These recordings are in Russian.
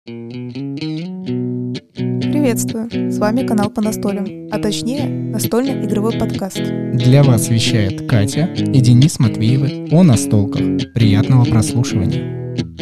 Приветствую! С вами канал по настолям, а точнее настольный игровой подкаст. Для вас вещает Катя и Денис Матвеевы о настолках. Приятного прослушивания!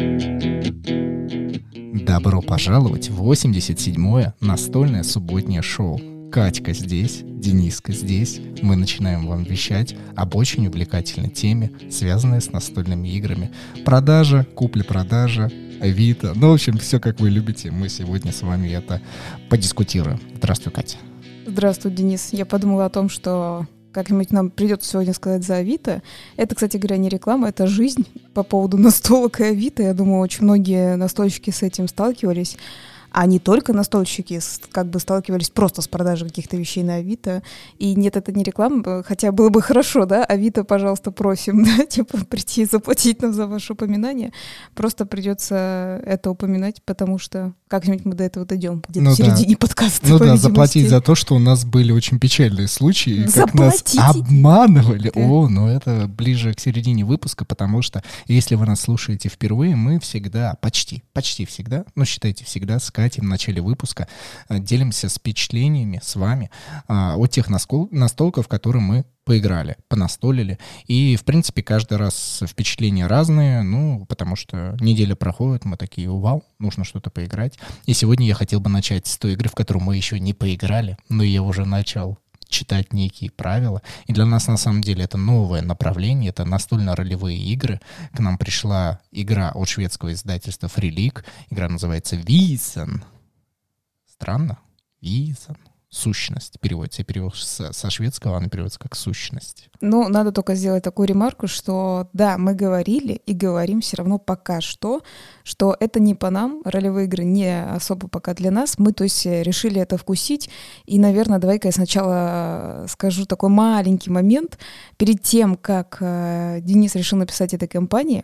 Добро пожаловать в 87-е настольное субботнее шоу. Катька здесь, Дениска здесь. Мы начинаем вам вещать об очень увлекательной теме, связанной с настольными играми. Продажа, купля-продажа, Авито. Ну, в общем, все как вы любите. Мы сегодня с вами это подискутируем. Здравствуй, Катя. Здравствуй, Денис. Я подумала о том, что как-нибудь нам придется сегодня сказать за Авито. Это, кстати говоря, не реклама, это жизнь по поводу настолок и Авито. Я думаю, очень многие настольщики с этим сталкивались. А не только настольщики как бы сталкивались просто с продажей каких-то вещей на Авито. И нет, это не реклама, хотя было бы хорошо, да, Авито, пожалуйста, просим, да, типа прийти и заплатить нам за ваше упоминание. Просто придется это упоминать, потому что как-нибудь мы до этого дойдем, где-то в середине подкаста. Ну да, заплатить за то, что у нас были очень печальные случаи, как нас обманывали. Да. Ну это ближе к середине выпуска, потому что если вы нас слушаете впервые, мы всегда, почти всегда, ну считайте всегда, с Катей в начале выпуска делимся с впечатлениями с вами о тех настолках, которые мы поиграли, понастолили. И, в принципе, каждый раз впечатления разные, ну, потому что неделя проходит, мы такие, вау, нужно что-то поиграть. И сегодня я хотел бы начать с той игры, в которую мы еще не поиграли, но я уже начал читать некие правила. И для нас, на самом деле, это новое направление, это настольно-ролевые игры. К нам пришла игра от шведского издательства Free-League. Игра называется Висен. Странно? Висен. Сущность переводится. Я перевел со шведского, она переводится как сущность. Ну, надо только сделать такую ремарку, что да, мы говорили и говорим все равно пока что это не по нам, ролевые игры не особо пока для нас. Мы, то есть, решили это вкусить. И, наверное, давай-ка я сначала скажу такой маленький момент. Перед тем, как Денис решил написать этой компании,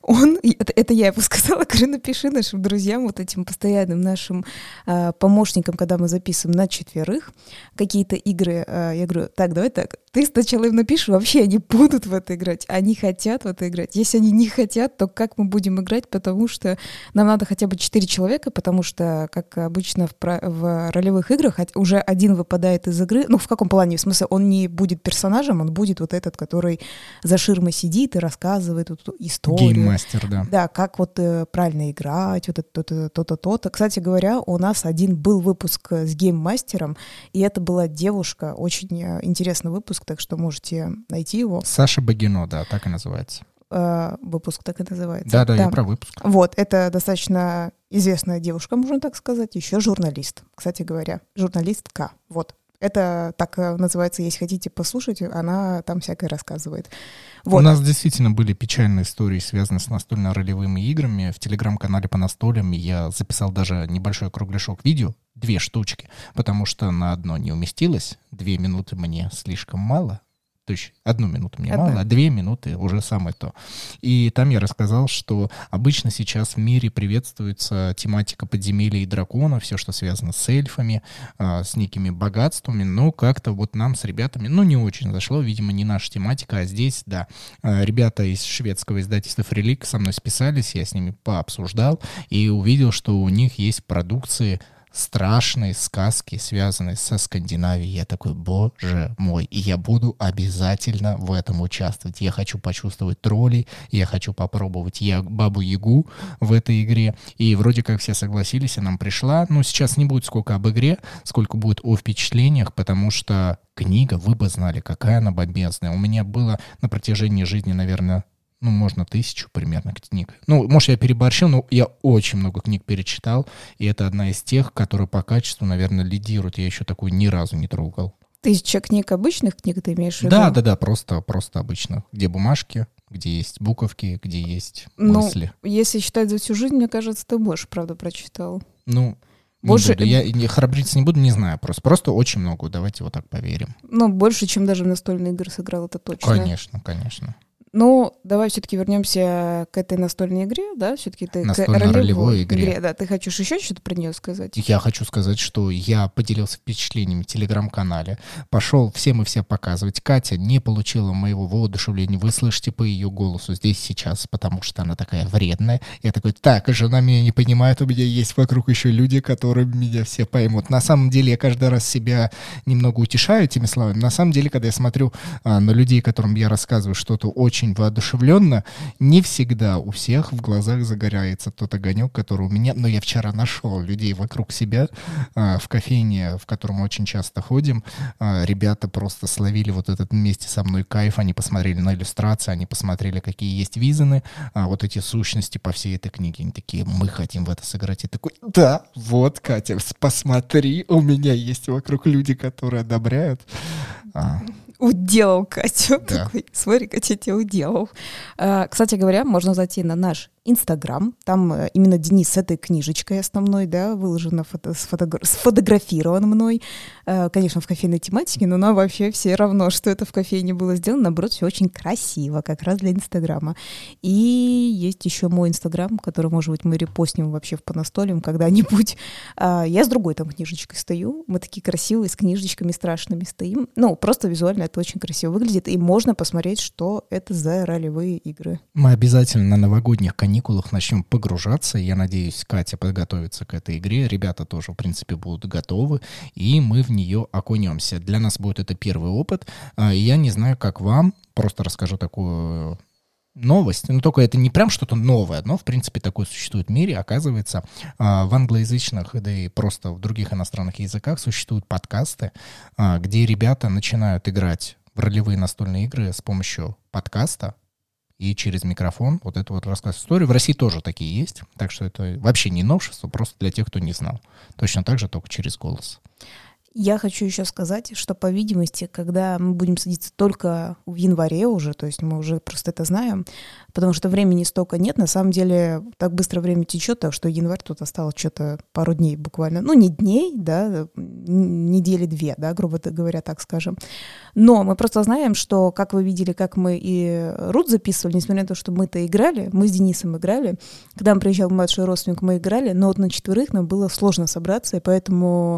это я ему сказала, говорю, напиши нашим друзьям, вот этим постоянным нашим помощникам, когда мы записываем на четверых, какие-то игры, я говорю, так, давай так, ты сначала им напишешь, вообще они будут в это играть, они хотят в это играть. Если они не хотят, то как мы будем играть, потому что нам надо хотя бы 4 человека, потому что, как обычно в ролевых играх, уже один выпадает из игры, ну, в каком плане? В смысле, он не будет персонажем, он будет вот этот, который за ширмой сидит и рассказывает эту историю. Гейммастер, да. Да, как вот правильно играть, вот это то-то, то-то. Кстати говоря, у нас один был выпуск с гейммастером, и это была девушка, очень интересный выпуск, так что можете найти его. Саша Багино, да, так и называется. Выпуск так и называется. Да, я про выпуск. Вот, это достаточно известная девушка, можно так сказать, еще журналист, кстати говоря, журналистка, вот. Это так называется, если хотите послушать, она там всякое рассказывает. Вот. У нас действительно были печальные истории, связанные с настольно-ролевыми играми. В телеграм-канале по настолям я записал даже небольшой кругляшок видео, 2 штучки, потому что на одно не уместилось. 2 минуты мне слишком мало. То есть 1 минуту мне мало, а 2 минуты уже самое то. И там я рассказал, что обычно сейчас в мире приветствуется тематика подземелья и драконов, все, что связано с эльфами, с некими богатствами, но как-то вот нам с ребятами, не очень зашло, видимо, не наша тематика, а здесь, да, ребята из шведского издательства Free-League со мной списались, я с ними пообсуждал и увидел, что у них есть продукции страшные сказки, связанные со Скандинавией. Я такой, боже мой, и я буду обязательно в этом участвовать. Я хочу почувствовать троллей, я хочу попробовать Бабу-Ягу в этой игре. И вроде как все согласились, и нам пришла. Сейчас не будет сколько об игре, сколько будет о впечатлениях, потому что книга, вы бы знали, какая она бомбезная. У меня было на протяжении жизни, наверное, можно 1000 примерно книг. Может, я переборщил, но я очень много книг перечитал, и это одна из тех, которые по качеству, наверное, лидируют. Я еще такую ни разу не трогал. 1000 книг обычных книг ты имеешь в виду? Да, просто обычных. Где бумажки, где есть буковки, где есть мысли. Если считать за всю жизнь, мне кажется, ты больше, правда, прочитал. Больше... Я храбриться не буду, не знаю. Просто очень много, давайте вот так поверим. Больше, чем даже в настольные игры сыграл, это точно. Конечно. Ну, давай все-таки вернемся к этой настольной игре, да? Все-таки ты Настольно-ролевой игре. Да, ты хочешь еще что-то про нее сказать? Я хочу сказать, что я поделился впечатлениями в телеграм-канале, пошел всем и все показывать. Катя не получила моего воодушевления, вы слышите по ее голосу здесь сейчас, потому что она такая вредная. Я такой, так, жена меня не понимает, у меня есть вокруг еще люди, которые меня все поймут. На самом деле я каждый раз себя немного утешаю этими словами. На самом деле, когда я смотрю на людей, которым я рассказываю что-то очень воодушевленно, не всегда у всех в глазах загорается тот огонек, который у меня. Но я вчера нашел людей вокруг себя в кофейне, в котором мы очень часто ходим. Ребята просто словили вот этот вместе со мной кайф. Они посмотрели на иллюстрации, они посмотрели, какие есть визаны, вот эти сущности по всей этой книге. Они такие, мы хотим в это сыграть. И такой, да, вот, Катя, посмотри, у меня есть вокруг люди, которые одобряют. Уделал Катю. Да. Такой, смотри, Катя тебя уделал. Кстати говоря, можно зайти на наш Инстаграм. Там именно Денис с этой книжечкой основной, да, выложено, сфотографирован мной. Конечно, в кофейной тематике, но нам вообще все равно, что это в кофейне было сделано. Наоборот, все очень красиво, как раз для Инстаграма. И есть еще мой Инстаграм, который, может быть, мы репостнем вообще в Понастольем когда-нибудь. Я с другой там книжечкой стою. Мы такие красивые, с книжечками страшными стоим. Ну, просто визуально это очень красиво выглядит. И можно посмотреть, что это за ролевые игры. Мы обязательно на новогодних каникулах начнем погружаться. Я надеюсь, Катя подготовится к этой игре. Ребята тоже, в принципе, будут готовы. И мы в нее окунемся. Для нас будет это первый опыт. Я не знаю, как вам. Просто расскажу такую новость. Но только это не прям что-то новое, но, в принципе, такое существует в мире. Оказывается, в англоязычных, да и просто в других иностранных языках существуют подкасты, где ребята начинают играть в ролевые настольные игры с помощью подкаста и через микрофон вот это вот рассказ истории. В России тоже такие есть, так что это вообще не новшество, просто для тех, кто не знал. Точно так же, только через голос. Я хочу еще сказать, что, по видимости, когда мы будем садиться только в январе уже, то есть мы уже просто это знаем, потому что времени столько нет, на самом деле так быстро время течет, так что январь тут осталось что-то пару дней буквально, ну не дней, да, недели две, да, грубо говоря, так скажем. Но мы просто знаем, что, как вы видели, как мы и Рут записывали, несмотря на то, что мы-то играли, мы с Денисом играли, когда он приезжал младший родственник, мы играли, но вот на 4 нам было сложно собраться, и поэтому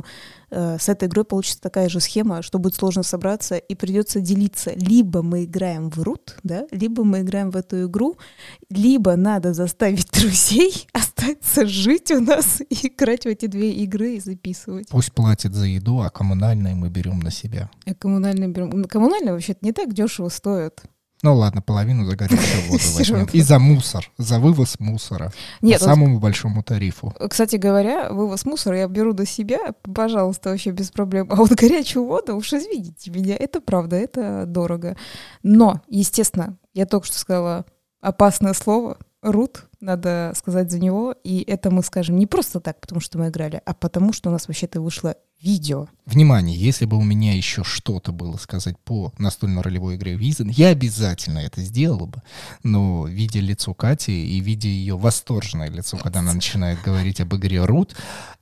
с этой игрой получится такая же схема, что будет сложно собраться и придется делиться. Либо мы играем в Рут, да, либо мы играем в эту игру, либо надо заставить друзей остаться жить у нас и играть в эти 2 игры и записывать. Пусть платят за еду, а коммунальные мы берем на себя. Коммунальные берем. Коммунальные вообще-то не так дешево стоят. Ну ладно, половину за горячую воду возьмем. И за мусор, за вывоз мусора. Нет, по самому большому тарифу. Кстати говоря, вывоз мусора я беру до себя, пожалуйста, вообще без проблем. А вот горячую воду, уж извините меня, это правда, это дорого. Но, естественно, я только что сказала опасное слово. Рут, надо сказать за него, и это мы скажем не просто так, потому что мы играли, а потому что у нас вообще-то вышло видео. Внимание, если бы у меня еще что-то было сказать по настольно-ролевой игре Визен, я обязательно это сделал бы, но видя лицо Кати и видя ее восторженное лицо, когда она начинает говорить об игре Рут,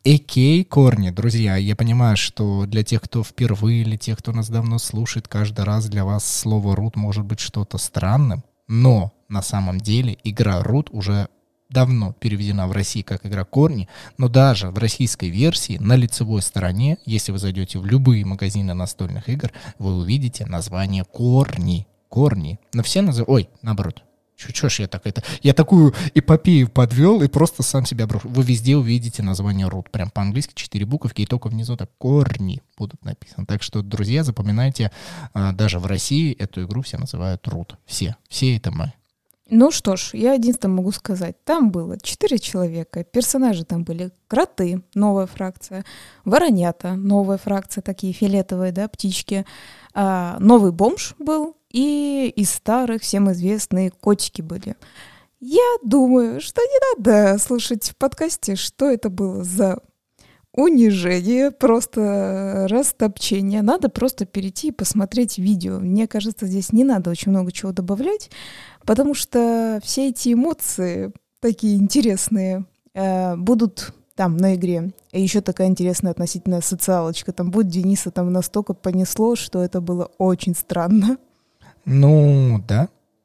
корни, друзья, я понимаю, что для тех, кто впервые, или тех, кто нас давно слушает, каждый раз для вас слово Рут может быть что-то странным, но на самом деле игра Рут уже давно переведена в России как игра «Корни», но даже в российской версии на лицевой стороне, если вы зайдете в любые магазины настольных игр, вы увидите название «Корни». «Корни». Но все называют... Ой, наоборот. Чё ж я так это... Я такую эпопею подвел и просто сам себя брошу. Вы везде увидите название «Рут». Прям по-английски 4 буковки, и только внизу так «Корни» будут написаны. Так что, друзья, запоминайте, даже в России эту игру все называют «Рут». Все. Все это мы. Ну что ж, я единственное могу сказать. Там было 4 человека, персонажи там были кроты, новая фракция, воронята, новая фракция, такие фиолетовые, да, птички, новый бомж был, и из старых всем известные котики были. Я думаю, что не надо слушать в подкасте, что это было за унижение, просто растопчение. Надо просто перейти и посмотреть видео. Мне кажется, здесь не надо очень много чего добавлять, потому что все эти эмоции такие интересные будут там на игре. И еще такая интересная относительно социалочка. Там будет Дениса, там настолько понесло, что это было очень странно. Ну, да.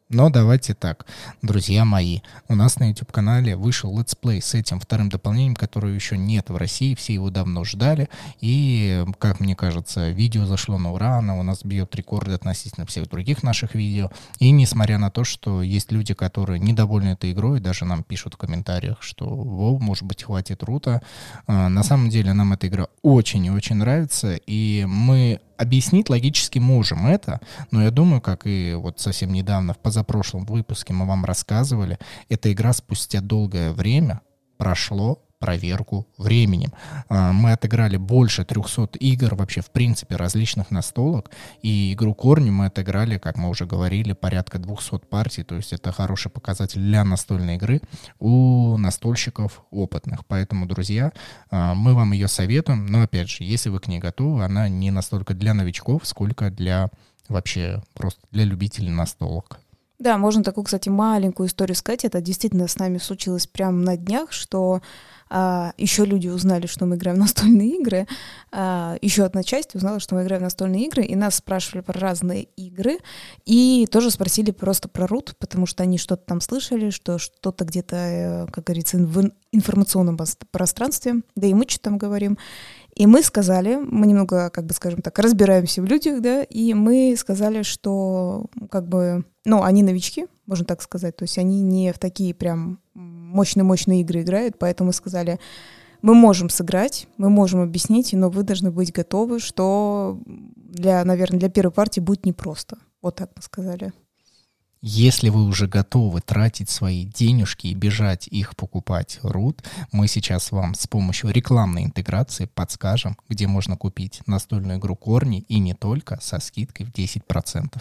Но давайте так, друзья мои, у нас на YouTube-канале вышел летсплей с этим вторым дополнением, которого еще нет в России, все его давно ждали, и, как мне кажется, видео зашло на ура, оно у нас бьет рекорды относительно всех других наших видео, и несмотря на то, что есть люди, которые недовольны этой игрой, даже нам пишут в комментариях, что, может быть, хватит рута, на самом деле нам эта игра очень и очень нравится, и мы объяснить логически можем это, но я думаю, как и вот совсем недавно в позапрошлом выпуске мы вам рассказывали, эта игра спустя долгое время прошло проверку временем. Мы отыграли больше 300 игр вообще в принципе различных настолок, и игру Корни мы отыграли, как мы уже говорили, порядка 200 партий, то есть это хороший показатель для настольной игры у настольщиков опытных. Поэтому, друзья, мы вам ее советуем, но опять же, если вы к ней готовы, она не настолько для новичков, сколько для вообще просто для любителей настолок. Да, можно такую, кстати, маленькую историю сказать. Это действительно с нами случилось прямо на днях, что еще люди узнали, что мы играем в настольные игры. Еще одна часть узнала, что мы играем в настольные игры, и нас спрашивали про разные игры, и тоже спросили просто про рут, потому что они что-то там слышали, что что-то где-то, как говорится, в информационном пространстве, да и мы что там говорим. И мы сказали, мы немного, как бы, скажем так, разбираемся в людях, да, и мы сказали, что, как бы, они новички, можно так сказать, то есть они не в такие прям мощные игры играют, поэтому мы сказали, мы можем сыграть, мы можем объяснить, но вы должны быть готовы, что, наверное, для первой партии будет непросто. Вот так мы сказали. Если вы уже готовы тратить свои денежки и бежать их покупать рут, мы сейчас вам с помощью рекламной интеграции подскажем, где можно купить настольную игру Корни и не только со скидкой в 10%.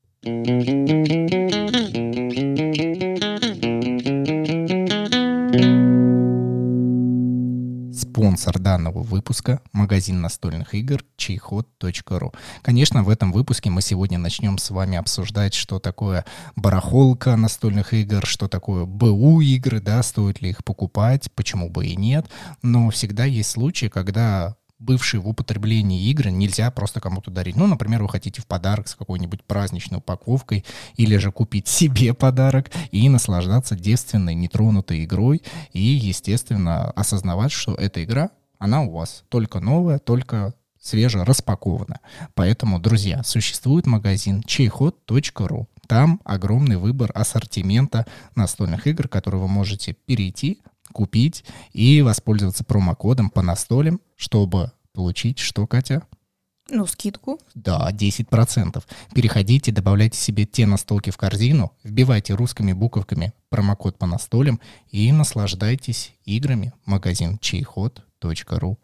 Спонсор данного выпуска — магазин настольных игр чайход.ру. Конечно, в этом выпуске мы сегодня начнем с вами обсуждать, что такое барахолка настольных игр, что такое БУ игры, да, стоит ли их покупать, почему бы и нет. Но всегда есть случаи, когда бывшие в употреблении игры нельзя просто кому-то дарить. Например, вы хотите в подарок с какой-нибудь праздничной упаковкой или же купить себе подарок и наслаждаться девственной, нетронутой игрой и, естественно, осознавать, что эта игра, она у вас только новая, только свеже распакована. Поэтому, друзья, существует магазин чайход.ру. Там огромный выбор ассортимента настольных игр, которые вы можете перейти, купить и воспользоваться промокодом по настолям, чтобы получить что, Катя? Скидку. Да, 10%. Переходите, добавляйте себе те настолки в корзину, вбивайте русскими буковками промокод по настолям и наслаждайтесь играми. Магазин чайход.ру.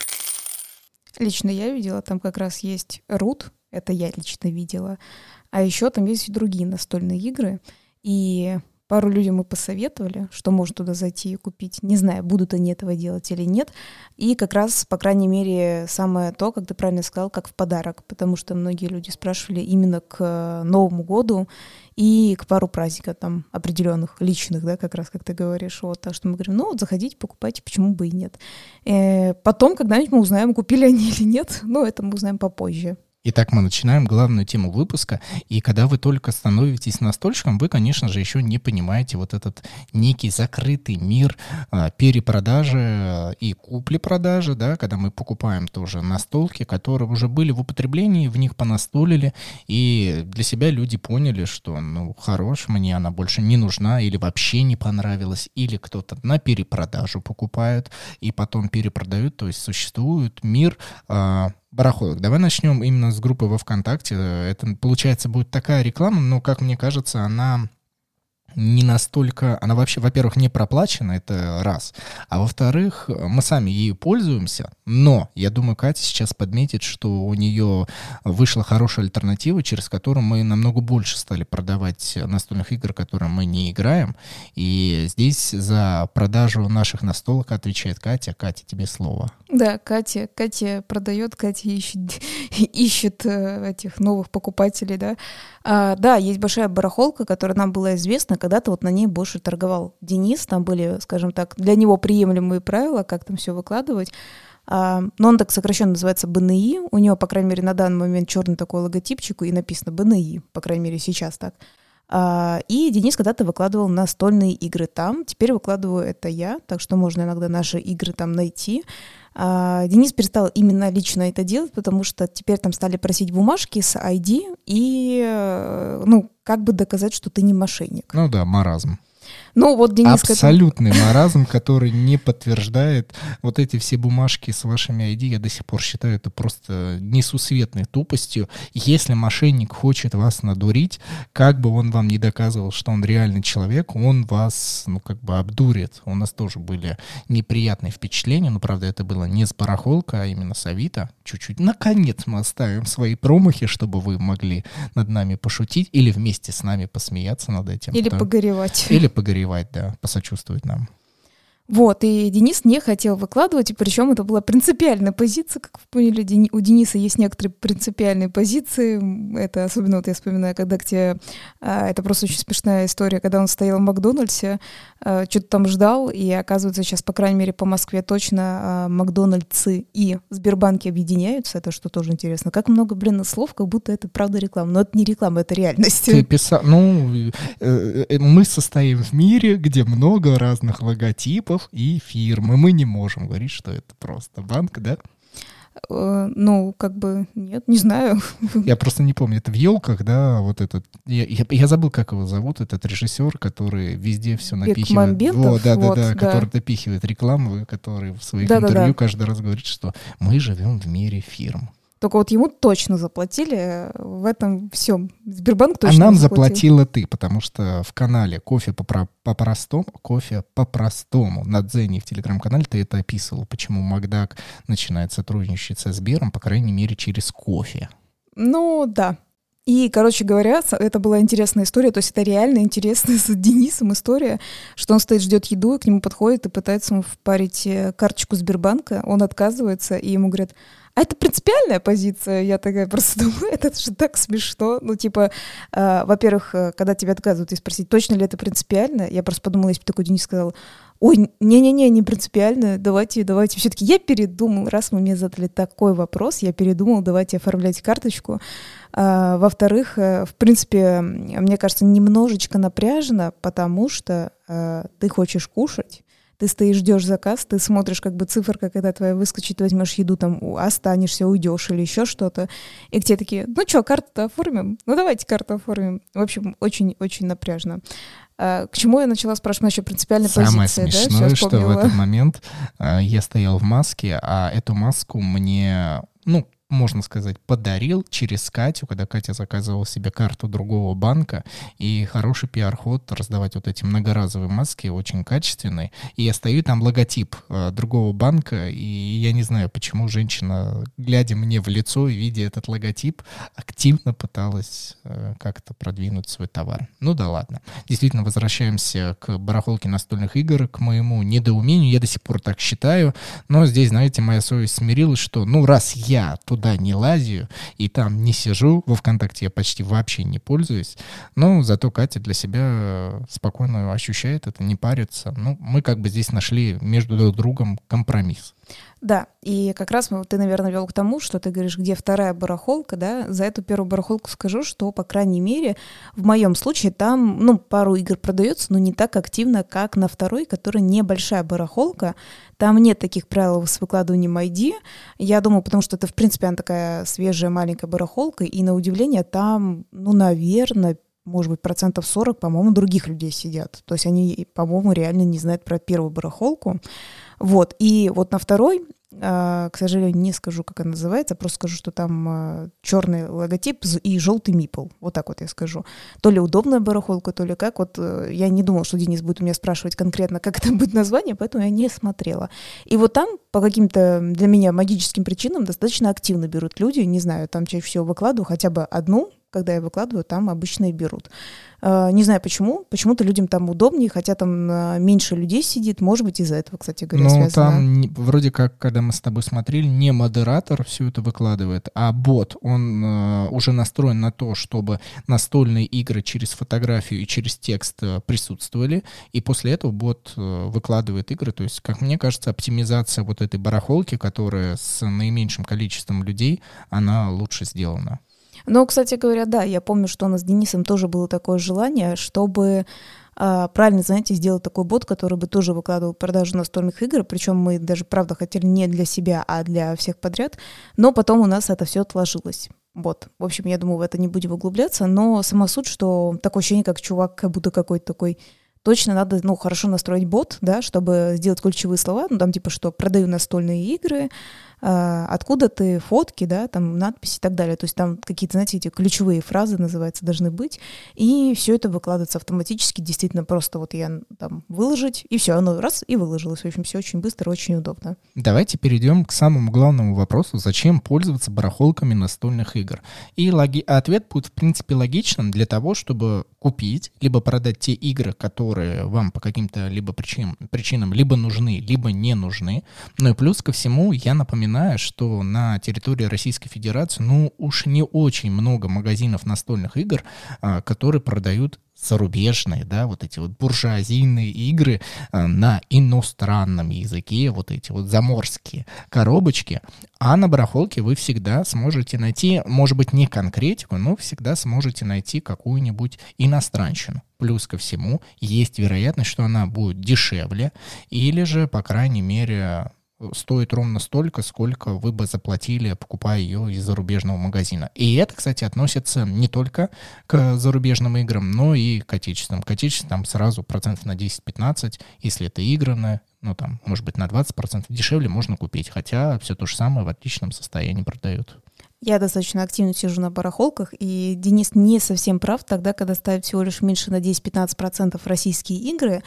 Лично я видела, там как раз есть рут, это я лично видела, а еще там есть и другие настольные игры, и пару людям мы посоветовали, что можно туда зайти и купить. Не знаю, будут они этого делать или нет. И как раз, по крайней мере, самое то, как ты правильно сказал, как в подарок. Потому что многие люди спрашивали именно к Новому году и к пару праздников там определенных, личных, да, как раз, как ты говоришь. Вот, так что мы говорим, заходите, покупайте, почему бы и нет. Потом когда-нибудь мы узнаем, купили они или нет. Это мы узнаем попозже. Итак, мы начинаем главную тему выпуска, и когда вы только становитесь настольщиком, вы, конечно же, еще не понимаете вот этот некий закрытый мир перепродажи и купли-продажи, да, когда мы покупаем тоже настолки, которые уже были в употреблении, в них понастолили, и для себя люди поняли, что, хорош, мне она больше не нужна, или вообще не понравилась, или кто-то на перепродажу покупает, и потом перепродают, то есть существует мир барахолок. Давай начнем именно с группы во ВКонтакте. Это, получается, будет такая реклама, но, как мне кажется, она не настолько... Она вообще, во-первых, не проплачена, это раз. А во-вторых, мы сами ею пользуемся, но я думаю, Катя сейчас подметит, что у нее вышла хорошая альтернатива, через которую мы намного больше стали продавать настольных игр, которые мы не играем. И здесь за продажу наших настолок отвечает Катя. Катя, тебе слово. Да, Катя продает, Катя ищет этих новых покупателей, да. Да, есть большая барахолка, которая нам была известна, когда-то вот на ней больше торговал Денис, там были, скажем так, для него приемлемые правила, как там все выкладывать. Но он так сокращенно называется БНИ, у него, по крайней мере, на данный момент черный такой логотипчик и написано БНИ, по крайней мере, сейчас так. И Денис когда-то выкладывал настольные игры там, теперь выкладываю это я, так что можно иногда наши игры там найти. Денис перестал именно лично это делать, потому что теперь там стали просить бумажки с ID и, ну, как бы доказать, что ты не мошенник. Ну да, маразм. Ну, вот Денис абсолютный маразм, который не подтверждает вот эти все бумажки с вашими ID. Я до сих пор считаю это просто несусветной тупостью. Если мошенник хочет вас надурить, как бы он вам не доказывал, что он реальный человек, он вас, ну, как бы обдурит. У нас тоже были неприятные впечатления, но, правда, это было не с барахолка, а именно с Авито. Чуть-чуть. Наконец мы оставим свои промахи, чтобы вы могли над нами пошутить или вместе с нами посмеяться над этим. Или погоревать. Или погоревать, да, посочувствовать нам. Вот, и Денис не хотел выкладывать, и причем это была принципиальная позиция, как вы поняли, у Дениса есть некоторые принципиальные позиции, это особенно вот я вспоминаю, когда к тебе, это просто очень смешная история, когда он стоял в Макдональдсе, что-то там ждал, и оказывается сейчас, по крайней мере, по Москве точно Макдональдсы и Сбербанки объединяются, это что тоже интересно, как много, блин, слов, как будто это правда реклама, но это не реклама, это реальность. Ты писал, мы состоим в мире, где много разных логотипов и фирмы. Мы не можем говорить, что это просто банк, да? Ну, как бы, нет, не знаю. Я просто не помню. Это в «Елках», да, вот этот... Я забыл, как его зовут, этот режиссер, который везде все напихивает. Который допихивает рекламу, который в своих интервью каждый раз говорит, что мы живем в мире фирм. Только вот ему точно заплатили в этом всем. Сбербанк точно нам заплатила ты, потому что в канале «Кофе по-простому» на Дзене в телеграм-канале ты это описывал, почему Макдак начинает сотрудничать со Сбером, по крайней мере, через кофе. Ну, да. И, короче говоря, это была интересная история, то есть это реально интересная с Денисом история, что он стоит, ждет еду, и к нему подходит и пытается ему впарить карточку Сбербанка, он отказывается, и ему говорят: а это принципиальная позиция? Я такая просто думаю, это же так смешно. Ну, типа, во-первых, когда тебя отказывают и спросить, точно ли это принципиально, я просто подумала, если бы такой Денис сказал: ой, не принципиально, давайте. Все-таки я передумал, раз вы мне задали такой вопрос, я передумал, давайте оформлять карточку. Во-вторых, в принципе, мне кажется, немножечко напряжно, потому что ты хочешь кушать, ты стоишь, ждешь заказ, ты смотришь, как бы циферка, когда твоя выскочит, возьмешь еду, там останешься, уйдешь или еще что-то. И к тебе такие: ну что, карту-то оформим? Ну давайте карту оформим. В общем, очень-очень напряжно. К чему я начала спрашивать насчет принципиальной позиции? Самое смешное, да? Что в этот момент я стоял в маске, а эту маску мне, можно сказать, подарил через Катю, когда Катя заказывала себе карту другого банка, и хороший пиар-ход раздавать вот эти многоразовые маски, очень качественные. И я стою, там логотип другого банка, и я не знаю, почему женщина, глядя мне в лицо и видя этот логотип, активно пыталась как-то продвинуть свой товар. Ну да ладно. Действительно, возвращаемся к барахолке настольных игр, к моему недоумению. Я до сих пор так считаю, но здесь, знаете, моя совесть смирилась, что, раз я туда не лазю и там не сижу, во ВКонтакте я почти вообще не пользуюсь, но зато Катя для себя спокойно ощущает это, не парится. Мы как бы здесь нашли между друг другом компромисс. Да, и как раз ты, наверное, вел к тому, что ты говоришь, где вторая барахолка, да, за эту первую барахолку скажу, что, по крайней мере, в моем случае там, пару игр продается, но не так активно, как на второй, которая небольшая барахолка, там нет таких правил с выкладыванием ID, я думаю, потому что это, в принципе, она такая свежая маленькая барахолка, и на удивление там, наверное, может быть, 40%, по-моему, других людей сидят. То есть они, по-моему, реально не знают про первую барахолку. Вот. И вот на второй, к сожалению, не скажу, как она называется, просто скажу, что там черный логотип и желтый мипл. Вот так вот я скажу. То ли удобная барахолка, то ли как. Вот я не думала, что Денис будет у меня спрашивать конкретно, как это будет название, поэтому я не смотрела. И вот там по каким-то для меня магическим причинам достаточно активно берут люди. Не знаю, там чаще всего выкладываю хотя бы одну, когда я выкладываю, там обычно и берут. Не знаю почему. Почему-то людям там удобнее, хотя там меньше людей сидит. Может быть, из-за этого, кстати говоря, связано. Там вроде как, когда мы с тобой смотрели, не модератор все это выкладывает, а бот. Он уже настроен на то, чтобы настольные игры через фотографию и через текст присутствовали. И после этого бот выкладывает игры. То есть, как мне кажется, оптимизация вот этой барахолки, которая с наименьшим количеством людей, она лучше сделана. Но, кстати говоря, да, я помню, что у нас с Денисом тоже было такое желание, чтобы правильно, знаете, сделать такой бот, который бы тоже выкладывал продажу настольных игр, причем мы даже, правда, хотели не для себя, а для всех подряд, но потом у нас это все отложилось. Вот, в общем, я думаю, в это не будем углубляться, но сама суть, что такое ощущение, как чувак, как будто какой-то такой, точно надо, хорошо настроить бот, да, чтобы сделать ключевые слова, там типа, что продаю настольные игры, откуда ты, фотки, да, там надписи и так далее. То есть там какие-то, знаете, эти ключевые фразы, называется, должны быть. И все это выкладывается автоматически, действительно просто вот я там выложить, и все, оно раз и выложилось. В общем, все очень быстро, очень удобно. Давайте перейдем к самому главному вопросу, зачем пользоваться барахолками настольных игр. И ответ будет, в принципе, логичным для того, чтобы купить, либо продать те игры, которые вам по каким-то либо причинам либо нужны, либо не нужны. Ну и плюс ко всему, я напоминаю, что на территории Российской Федерации, уж не очень много магазинов настольных игр, которые продают зарубежные, да, вот эти вот буржуазийные игры на иностранном языке, вот эти вот заморские коробочки, а на барахолке вы всегда сможете найти, может быть, не конкретику, но всегда сможете найти какую-нибудь иностранщину. Плюс ко всему, есть вероятность, что она будет дешевле или же, по крайней мере, стоит ровно столько, сколько вы бы заплатили, покупая ее из зарубежного магазина. И это, кстати, относится не только к зарубежным играм, но и к отечественным. К отечественным там сразу процентов на 10-15, если это игры, может быть, на 20% дешевле можно купить, хотя все то же самое в отличном состоянии продают. Я достаточно активно сижу на барахолках, и Денис не совсем прав тогда, когда ставят всего лишь меньше на 10-15% российские игры.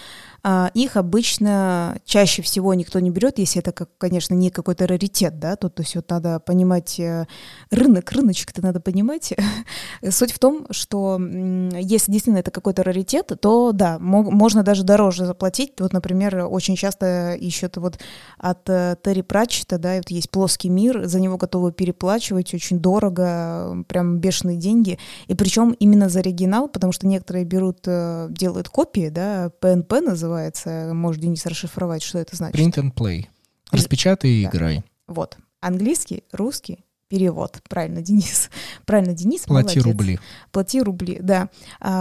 Их обычно чаще всего никто не берет, если это, конечно, не какой-то раритет, да, то есть вот надо понимать рыночек-то надо понимать. Суть в том, что если действительно это какой-то раритет, то да, можно даже дороже заплатить. Вот, например, очень часто ищут вот от Терри Пратчетта, да, вот есть «Плоский мир», за него готовы переплачивать очень дорого, прям бешеные деньги. И причем именно за оригинал, потому что некоторые делают копии, да, PNP называется. Может, Денис, расшифровать, что это значит? Print and play. Распечатай и играй. Вот. Английский, русский, перевод. Правильно, Денис. Правильно, Денис, Плати молодец. рубли. Плати рубли, да.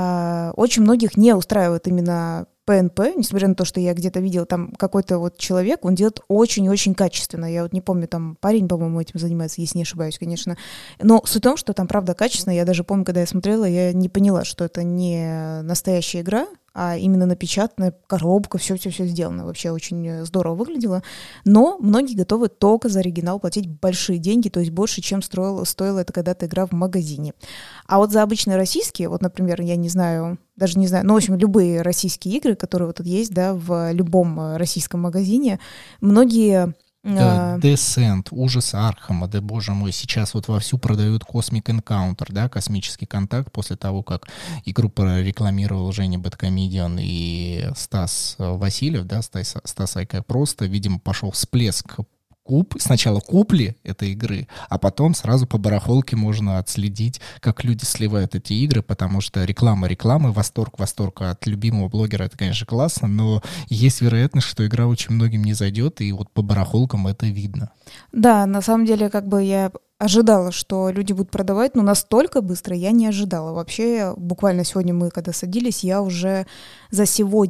Очень многих не устраивает именно ПНП, несмотря на то, что я где-то видела, там какой-то вот человек, он делает очень-очень качественно. Я вот не помню, там парень, по-моему, этим занимается, если не ошибаюсь, конечно. Но суть в том, что там правда качественно. Я даже помню, когда я смотрела, я не поняла, что это не настоящая игра, а именно напечатанная коробка, все сделано. Вообще очень здорово выглядело. Но многие готовы только за оригинал платить большие деньги, то есть больше, чем стоила это когда-то игра в магазине. А вот за обычные российские, вот, например, я не знаю, даже не знаю, в общем, любые российские игры, которые вот тут есть, да, в любом российском магазине, многие... Да, Descent, Ужас Архама, да боже мой, сейчас вот вовсю продают Cosmic Encounter, да, космический контакт, после того, как игру прорекламировал Женя Бэдкомедиан и Стас Васильев, да, Стас Айка, просто, видимо, пошел всплеск сначала купли этой игры, а потом сразу по барахолке можно отследить, как люди сливают эти игры, потому что реклама, восторг от любимого блогера, это, конечно, классно, но есть вероятность, что игра очень многим не зайдет, и вот по барахолкам это видно. Да, на самом деле, я ожидала, что люди будут продавать, но настолько быстро я не ожидала. Вообще, буквально сегодня мы, когда садились, я уже за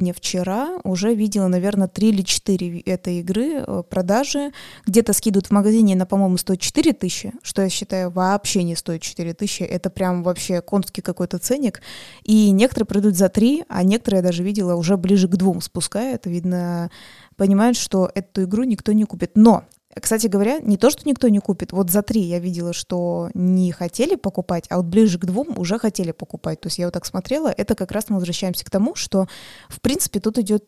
вчера уже видела, наверное, 3 или 4 этой игры продажи. Где-то скидывают в магазине, по-моему, стоит 4 тысячи, что я считаю вообще не стоит 4 тысячи. Это прям вообще конский какой-то ценник. И некоторые продают за 3, а некоторые я даже видела уже ближе к 2 спускают. Видно, понимают, что эту игру никто не купит. Но кстати говоря, не то, что никто не купит. Вот за 3 я видела, что не хотели покупать, а вот ближе к 2 уже хотели покупать. То есть я вот так смотрела. Это как раз мы возвращаемся к тому, что, в принципе, тут идет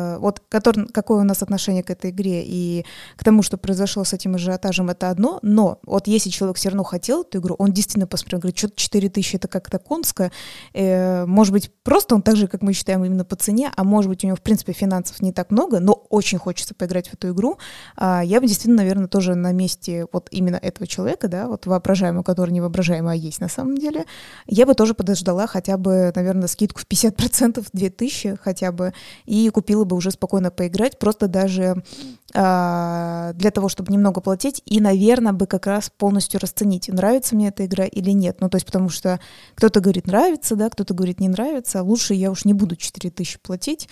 какое у нас отношение к этой игре и к тому, что произошло с этим ажиотажем, это одно. Но вот если человек все равно хотел эту игру, он действительно посмотрел, говорит, что-то 4 тысячи, это как-то конское. Может быть, просто он так же, как мы считаем, именно по цене, а может быть, у него, в принципе, финансов не так много, но очень хочется поиграть в эту игру. Я бы действительно Валентина, наверное, тоже на месте вот именно этого человека, да, вот воображаемого, который невоображаемый, а есть на самом деле, я бы тоже подождала хотя бы, наверное, скидку в 50%, 2000 хотя бы, и купила бы уже спокойно поиграть, просто даже для того, чтобы немного платить, и, наверное, бы как раз полностью расценить, нравится мне эта игра или нет. Ну, то есть потому что кто-то говорит нравится, да, кто-то говорит не нравится, лучше я уж не буду 4000 платить,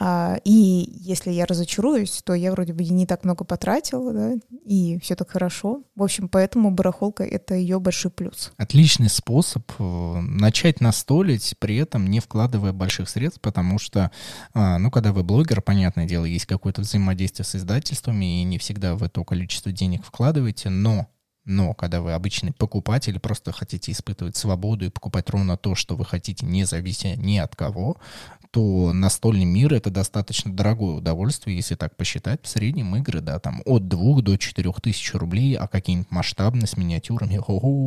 и если я разочаруюсь, то я вроде бы и не так много потратила, да, и все так хорошо. В общем, поэтому барахолка — это ее большой плюс. Отличный способ начать настолить, при этом не вкладывая больших средств, потому что, ну, когда вы блогер, понятное дело, есть какое-то взаимодействие с издательствами, и не всегда вы то количество денег вкладываете, но когда вы обычный покупатель, просто хотите испытывать свободу и покупать ровно то, что вы хотите, не завися ни от кого, то настольный мир — это достаточно дорогое удовольствие, если так посчитать. В среднем игры, да, там от 2 до 4 тысяч рублей, а какие-нибудь масштабные с миниатюрами,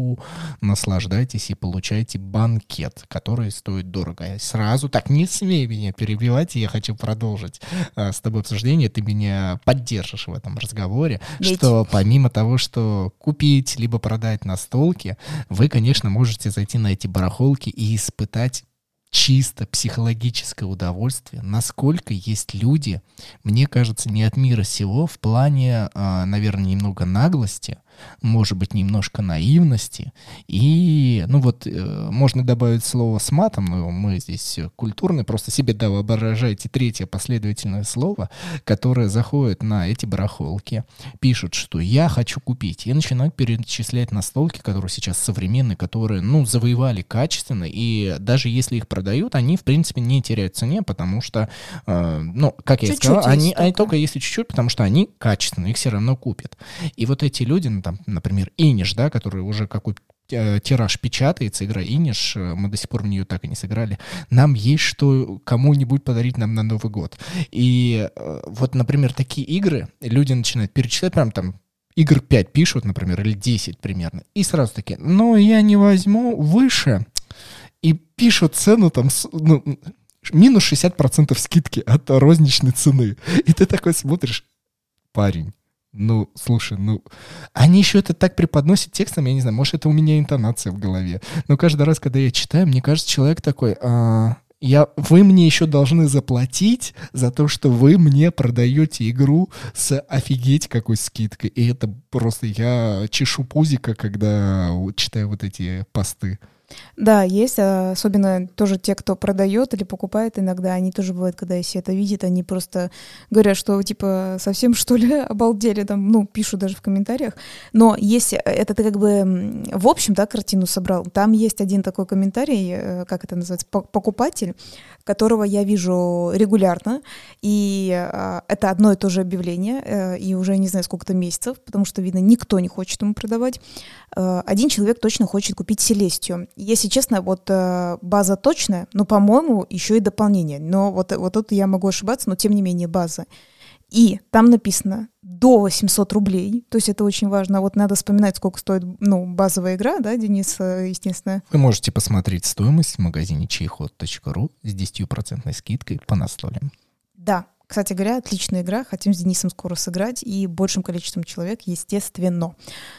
наслаждайтесь и получайте банкет, который стоит дорого. Я сразу так, не смей меня перебивать, я хочу продолжить с тобой обсуждение, ты меня поддержишь в этом разговоре, что помимо того, что купить либо продать настолки, вы, конечно, можете зайти на эти барахолки и испытать чисто психологическое удовольствие, насколько есть люди, мне кажется, не от мира сего, в плане, наверное, немного наглости, может быть, немножко наивности, и, ну вот, можно добавить слово с матом, но мы здесь культурные, просто себе воображайте третье последовательное слово, которое заходит на эти барахолки, пишут, что я хочу купить, и начинают перечислять настолки, которые сейчас современные, которые, ну, завоевали качественно, и даже если их продают, они, в принципе, не теряют в цене, потому что, ну, как я и сказал, они только если чуть-чуть, потому что они качественные, их все равно купят. И вот эти люди, ну, там, например, Иниш, да, который уже какой-то тираж печатается, игра Иниш, мы до сих пор в нее так и не сыграли, нам есть что кому-нибудь подарить нам на Новый год. И вот, например, такие игры люди начинают перечислять, прям там игр 5 пишут, например, или 10 примерно, и сразу такие, ну, я не возьму выше, и пишут цену там, ну, минус 60% скидки от розничной цены. И ты такой смотришь, парень, ну, слушай, ну, они еще это так преподносят текстом, я не знаю, может, это у меня интонация в голове, но каждый раз, когда я читаю, мне кажется, человек такой, вы мне еще должны заплатить за то, что вы мне продаете игру с офигеть какой скидкой, и это просто я чешу пузика, когда читаю вот эти посты. Да, есть, особенно тоже те, кто продает или покупает иногда, они тоже бывают, когда если это видят, они просто говорят, что типа совсем что ли обалдели, там, ну, пишут даже в комментариях, но если это ты как бы в общем, да, картину собрал, там есть один такой комментарий, как это называется, покупатель, которого я вижу регулярно, и это одно и то же объявление, и уже не знаю сколько-то месяцев, потому что, видно, никто не хочет ему продавать. Один человек точно хочет купить Селестию. Если честно, вот база точная, но, по-моему, еще и дополнение. Но вот тут я могу ошибаться, но тем не менее база. И там написано до 800 рублей, то есть это очень важно. Вот надо вспоминать, сколько стоит, ну, базовая игра, да, Денис, естественно. Вы можете посмотреть стоимость в магазине чайход.ру с 10% скидкой по настолям. Да, кстати говоря, отличная игра, хотим с Денисом скоро сыграть и большим количеством человек, естественно.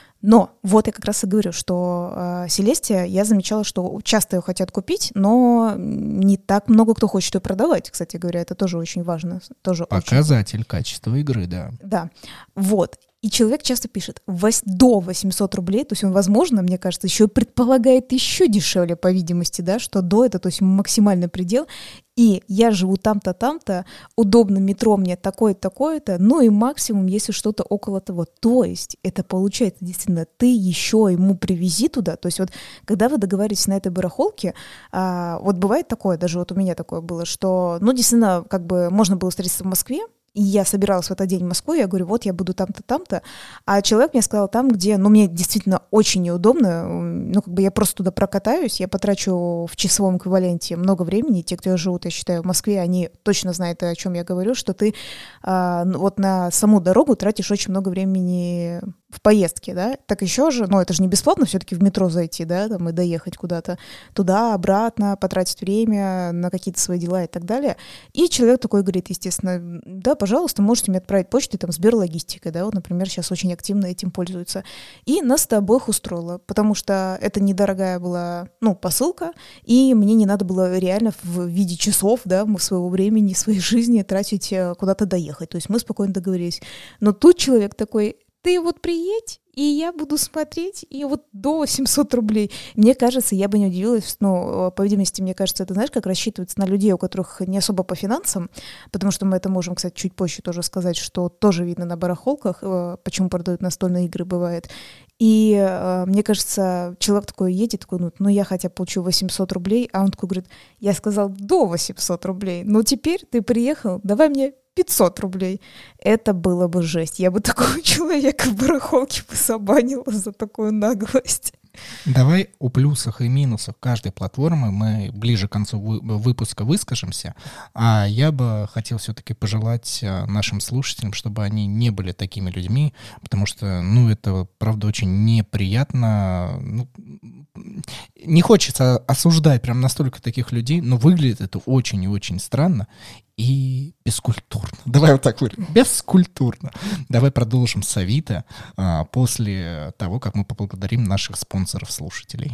Но вот я как раз и говорю, что Селестия, я замечала, что часто ее хотят купить, но не так много кто хочет ее продавать, кстати говоря, это тоже очень важно. Тоже показатель очень... качества игры, да. Да, вот. И человек часто пишет до 800 рублей, то есть он, возможно, мне кажется, еще предполагает еще дешевле, по видимости, да, что до это, то есть максимальный предел. И я живу там-то, там-то, удобно метро мне такое-то, такое-то, ну и максимум, если что-то около того. То есть это получается действительно, ты еще ему привези туда. То есть вот когда вы договоритесь на этой барахолке, вот бывает такое, даже вот у меня такое было, что, ну, действительно, как бы можно было встретиться в Москве, и я собиралась в этот день в Москву, я говорю, вот я буду там-то, там-то, а человек мне сказал там, где, ну, мне действительно очень неудобно, ну, как бы я просто туда прокатаюсь, я потрачу в часовом эквиваленте много времени, те, кто живут, я считаю, в Москве, они точно знают, о чем я говорю, что ты вот на саму дорогу тратишь очень много времени в поездке, да, так еще же, это же не бесплатно все-таки в метро зайти, да, там и доехать куда-то туда, обратно, потратить время на какие-то свои дела и так далее. И человек такой говорит, естественно, да, пожалуйста, можете мне отправить почтой, там, Сберлогистикой, да, вот, например, сейчас очень активно этим пользуются. И нас с обоих устроило, потому что это недорогая была, посылка, и мне не надо было реально в виде часов, да, своего времени, своей жизни тратить куда-то доехать. То есть мы спокойно договорились. Но тут человек такой, ты вот приедь, и я буду смотреть, и вот до 800 рублей. Мне кажется, я бы не удивилась, по видимости, мне кажется, это, знаешь, как рассчитывается на людей, у которых не особо по финансам, потому что мы это можем, кстати, чуть позже тоже сказать, что тоже видно на барахолках, почему продают настольные игры, бывает. И мне кажется, человек такой едет, такой, я хотя бы получу 800 рублей, а он такой говорит, я сказал до 800 рублей, теперь ты приехал, давай мне 500 рублей. Это было бы жесть. Я бы такого человека в барахолке пособанила за такую наглость. Давай о плюсах и минусах каждой платформы мы ближе к концу выпуска выскажемся. А я бы хотел все-таки пожелать нашим слушателям, чтобы они не были такими людьми, потому что, это, правда, очень неприятно. Не хочется осуждать прям настолько таких людей, но выглядит это очень и очень странно и бескультурно. Давай вот так говорим. Бескультурно. Давай продолжим с Авито после того, как мы поблагодарим наших спонсоров-слушателей.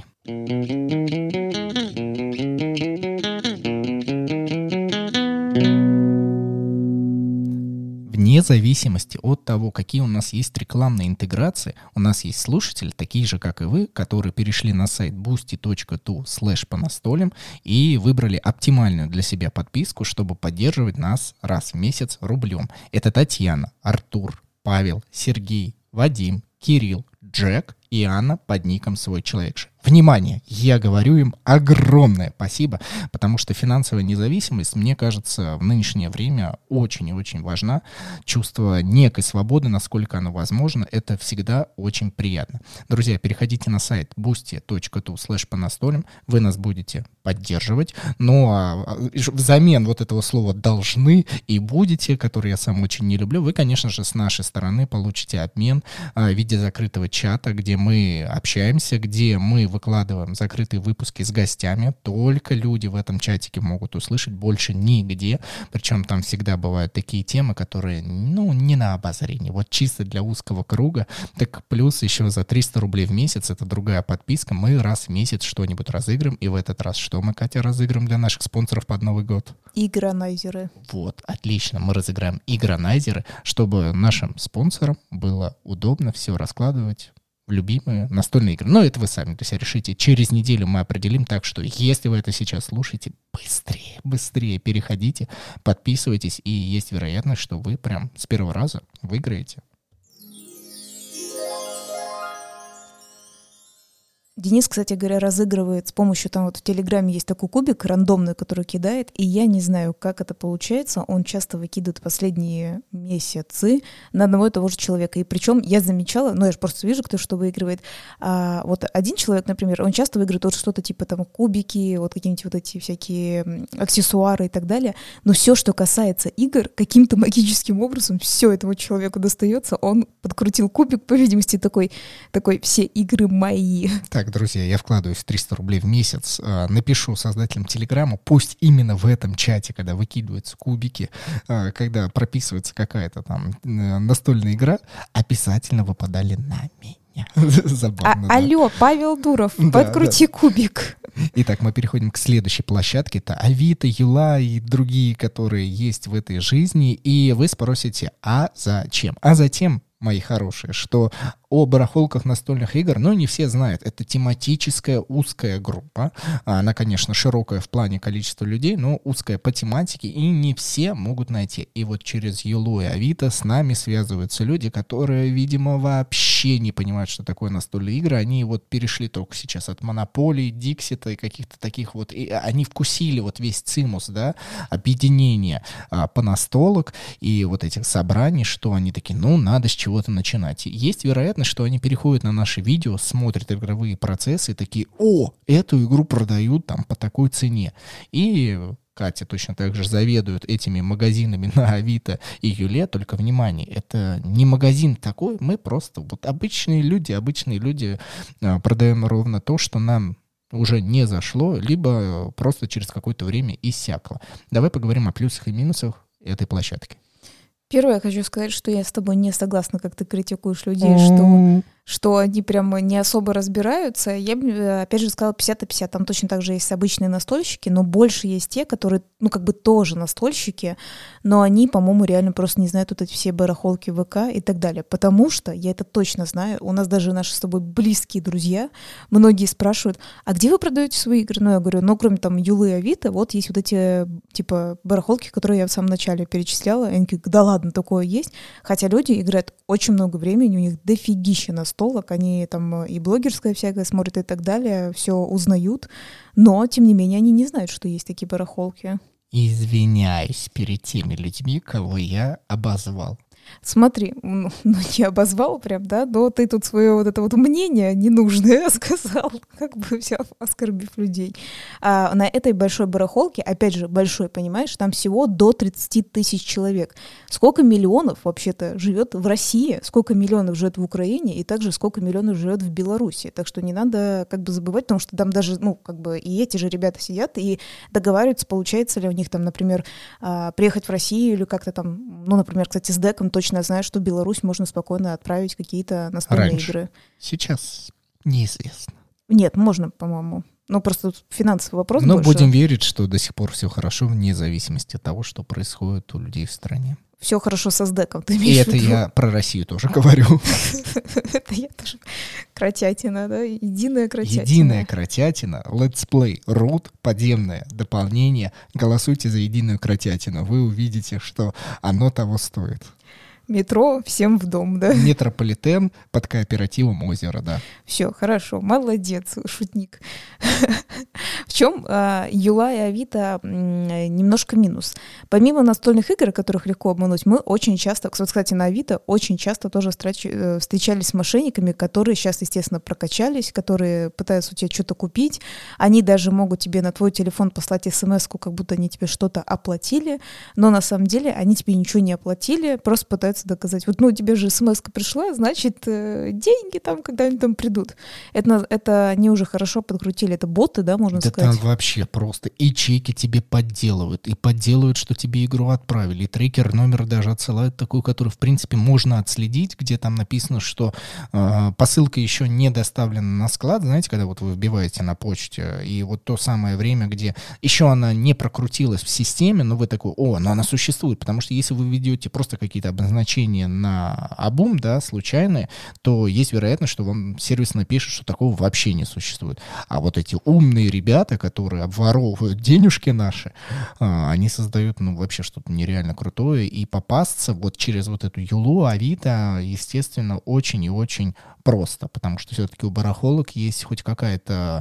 Вне зависимости от того, какие у нас есть рекламные интеграции, у нас есть слушатели, такие же, как и вы, которые перешли на сайт boosty.tu/понастолям и выбрали оптимальную для себя подписку, чтобы поддерживать нас раз в месяц рублем. Это Татьяна, Артур, Павел, Сергей, Вадим, Кирилл, Джек и Анна под ником «Свой человек же». Внимание! Я говорю им огромное спасибо, потому что финансовая независимость, мне кажется, в нынешнее время очень и очень важна. Чувство некой свободы, насколько оно возможно, это всегда очень приятно. Друзья, переходите на сайт boosty.tu/понастолям, вы нас будете поддерживать, взамен вот этого слова «должны» и «будете», который я сам очень не люблю, вы, конечно же, с нашей стороны получите обмен в виде закрытого чата, где мы общаемся, где мы выкладываем закрытые выпуски с гостями. Только люди в этом чатике могут услышать, больше нигде. Причем там всегда бывают такие темы, которые, не на обозрение. Вот чисто для узкого круга. Так плюс еще за 300 рублей в месяц, это другая подписка, мы раз в месяц что-нибудь разыграем. И в этот раз что мы, Катя, разыграем для наших спонсоров под Новый год? Игронайзеры. Вот, отлично. Мы разыграем игронайзеры, чтобы нашим спонсорам было удобно все раскладывать в любимые настольные игры. Но это вы сами для себя решите. Через неделю мы определим, так что если вы это сейчас слушаете, быстрее переходите, подписывайтесь, и есть вероятность, что вы прям с первого раза выиграете. Денис, кстати говоря, разыгрывает с помощью, в Телеграме есть такой кубик рандомный, который кидает, и я не знаю, как это получается, он часто выкидывает последние месяцы на одного и того же человека, и причем я замечала, я же просто вижу, кто что выигрывает, вот один человек, например, он часто выигрывает вот что-то типа кубики, вот какие-нибудь вот эти всякие аксессуары и так далее, но все, что касается игр, каким-то магическим образом все этому человеку достается, он подкрутил кубик, по видимости, такой все игры мои. Так, друзья, я вкладываюсь 300 рублей в месяц, напишу создателям Телеграма, пусть именно в этом чате, когда выкидываются кубики, когда прописывается какая-то там настольная игра, обязательно выпадали на меня. Забавно. Алло, Павел Дуров, подкрути кубик. Итак, мы переходим к следующей площадке. Это Авито, Юла и другие, которые есть в этой жизни. И вы спросите, а зачем? А затем, мои хорошие, что о барахолках настольных игр, не все знают. Это тематическая узкая группа. Она, конечно, широкая в плане количества людей, но узкая по тематике, и не все могут найти. И вот через Юлу и Авито с нами связываются люди, которые, видимо, вообще не понимают, что такое настольные игры. Они вот перешли только сейчас от Монополии, Диксита и каких-то таких вот... И они вкусили вот весь цимус, да, объединения понастолок и вот этих собраний, что они такие, надо с чего-то начинать. И есть вероятность, что они переходят на наши видео, смотрят игровые процессы и такие, эту игру продают там по такой цене. И Катя точно так же заведует этими магазинами на Авито и Юле, только, внимание, это не магазин такой, мы просто вот обычные люди продаем ровно то, что нам уже не зашло, либо просто через какое-то время иссякло. Давай поговорим о плюсах и минусах этой площадки. Первое, я хочу сказать, что я с тобой не согласна, как ты критикуешь людей, что они прям не особо разбираются. Я бы, опять же, сказала 50 на 50. Там точно так же есть обычные настольщики, но больше есть те, которые, ну, как бы тоже настольщики, но они, по-моему, реально просто не знают вот эти все барахолки ВК и так далее. Потому что, я это точно знаю, у нас даже наши с тобой близкие друзья, многие спрашивают, а где вы продаете свои игры? Ну, я говорю, ну, кроме там Юлы и Авито, вот есть вот эти, типа, барахолки, которые я в самом начале перечисляла. И они говорят, да ладно, такое есть. Хотя люди играют очень много времени, у них дофигища настолок, они там и блогерское всякое смотрят и так далее, все узнают, но, тем не менее, они не знают, что есть такие барахолки. Извиняюсь перед теми людьми, кого я обозвал. Смотри, ну не обозвал прям, да, но ты тут свое вот это вот мнение ненужное сказал, как бы все оскорбив людей. А на этой большой барахолке, опять же, большой, понимаешь, там всего до 30 тысяч человек. Сколько миллионов вообще-то живет в России, сколько миллионов живет в Украине, и также сколько миллионов живет в Беларуси. Так что не надо как бы забывать, потому что там даже, ну, как бы и эти же ребята сидят и договариваются, получается ли у них там, например, приехать в Россию или как-то там, ну, например, кстати, с деком точно знаю, что в Беларусь можно спокойно отправить какие-то настольные игры. Сейчас неизвестно. Нет, можно, по-моему. Ну, просто финансовый вопрос Но больше. будем верить, что до сих пор все хорошо, вне зависимости от того, что происходит у людей в стране. Все хорошо со СДЭКом, ты И имеешь в это виду? я про Россию тоже говорю. Это я тоже. Кротятина, да? Единая кротятина. Единая кротятина, Let's Play, Root, подземное дополнение. Голосуйте за единую кротятину. Вы увидите, что оно того стоит. Метро всем в дом, да? Метрополитен под кооперативом озера, да. Все, хорошо, молодец, шутник. В чем Юла и Авито немножко минус? Помимо настольных игр, которых легко обмануть, мы очень часто, кстати, на Авито очень часто тоже встречались с мошенниками, которые сейчас, естественно, прокачались, которые пытаются у тебя что-то купить. Они даже могут тебе на твой телефон послать смс-ку, как будто они тебе что-то оплатили, но на самом деле они тебе ничего не оплатили, просто пытаются доказать. Вот, ну, тебе же смс-ка пришла, значит, деньги там когда-нибудь там придут. Это они уже хорошо подкрутили. Это боты, да, можно Да сказать? там вообще просто и чеки тебе подделывают, и подделывают, что тебе игру отправили, и трекер номер даже отсылают такой, который, в принципе, можно отследить, где там написано, что посылка еще не доставлена на склад, знаете, когда вот вы вбиваете на почте, и вот то самое время, где еще она не прокрутилась в системе, но вы такой, но она существует, потому что если вы ведете просто какие-то обозначения на обум, да, случайные, то есть вероятность, что вам сервис напишет, что такого вообще не существует. А вот эти умные ребята, которые обворовывают денежки наши, они создают, ну, вообще что-то нереально крутое, и попасться вот через вот эту Юлу, Авито, естественно, очень и очень просто, потому что все-таки у барахолок есть хоть какая-то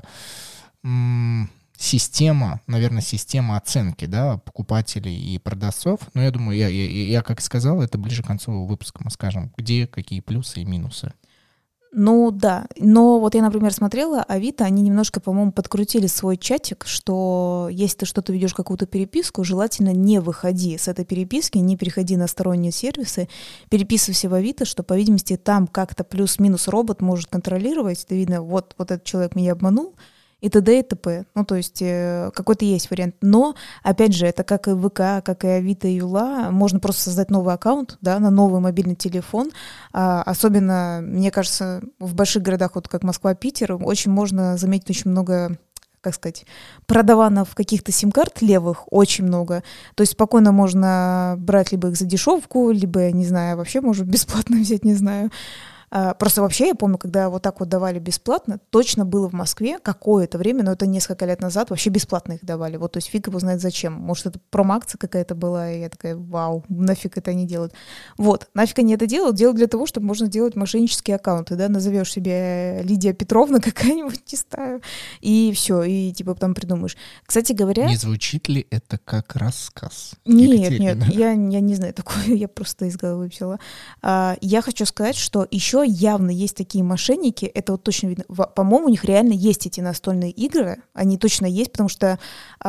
система, наверное, система оценки, да, покупателей и продавцов. Но я думаю, я как сказал, это ближе к концу выпуска мы скажем, где какие плюсы и минусы. Ну да, но вот я, например, смотрела Авито, они немножко, по-моему, подкрутили свой чатик, что если ты что-то ведешь, какую-то переписку, желательно не выходи с этой переписки, не переходи на сторонние сервисы, переписывайся в Авито, что, по видимости, там как-то плюс-минус робот может контролировать, это видно, вот этот человек меня обманул, и т.д. и т.п. Ну, то есть какой-то есть вариант. Но, опять же, это как и ВК, как и Авито, и Юла. Можно просто создать новый аккаунт, да, на новый мобильный телефон. Особенно, мне кажется, в больших городах, вот как Москва, Питер, очень можно заметить очень много, как сказать, продаванов каких-то сим-карт левых, очень много. То есть спокойно можно брать либо их за дешевку, либо, я не знаю, вообще, может, бесплатно взять, не знаю. Просто вообще я помню, когда вот так вот давали бесплатно, точно было в Москве какое-то время, но это несколько лет назад, вообще бесплатно их давали. Вот, то есть фиг его знает зачем. Может, это промо-акция какая-то была, и я такая, вау, нафиг это они делают. Вот, нафиг они это делают? Делают для того, чтобы можно сделать мошеннические аккаунты, да, назовешь себе Лидия Петровна какая-нибудь, не знаю, и все, и типа там придумаешь. Кстати говоря... Не звучит ли это как рассказ? Нет, я не знаю такое, я просто из головы взяла. Я хочу сказать, что еще еще явно есть такие мошенники, это вот точно видно. По-моему, у них реально есть эти настольные игры, они точно есть, потому что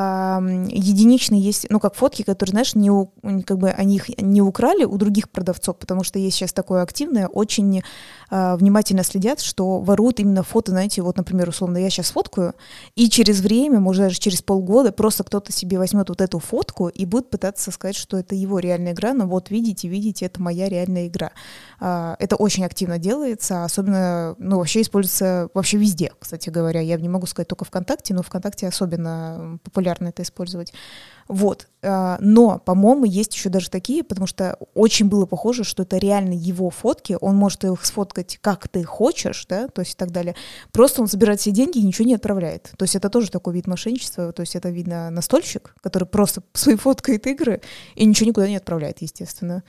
единичные есть, ну, как фотки, которые, знаешь, как бы они их не украли у других продавцов, потому что есть сейчас такое активное, очень внимательно следят, что воруют именно фото, знаете, вот, например, условно, я сейчас фоткаю, и через время, может, даже через полгода просто кто-то себе возьмет вот эту фотку и будет пытаться сказать, что это его реальная игра, но вот видите, это моя реальная игра. Это очень активно делается, особенно, ну, вообще используется вообще везде, кстати говоря. Я не могу сказать только ВКонтакте, но ВКонтакте особенно популярно это использовать. Вот. Но, по-моему, есть еще даже такие, потому что очень было похоже, что это реально его фотки, он может их сфоткать как ты хочешь, да, то есть и так далее. Просто он забирает все деньги и ничего не отправляет. То есть это тоже такой вид мошенничества, то есть это, видно, настольщик, который просто свои фоткает игры и ничего никуда не отправляет, естественно.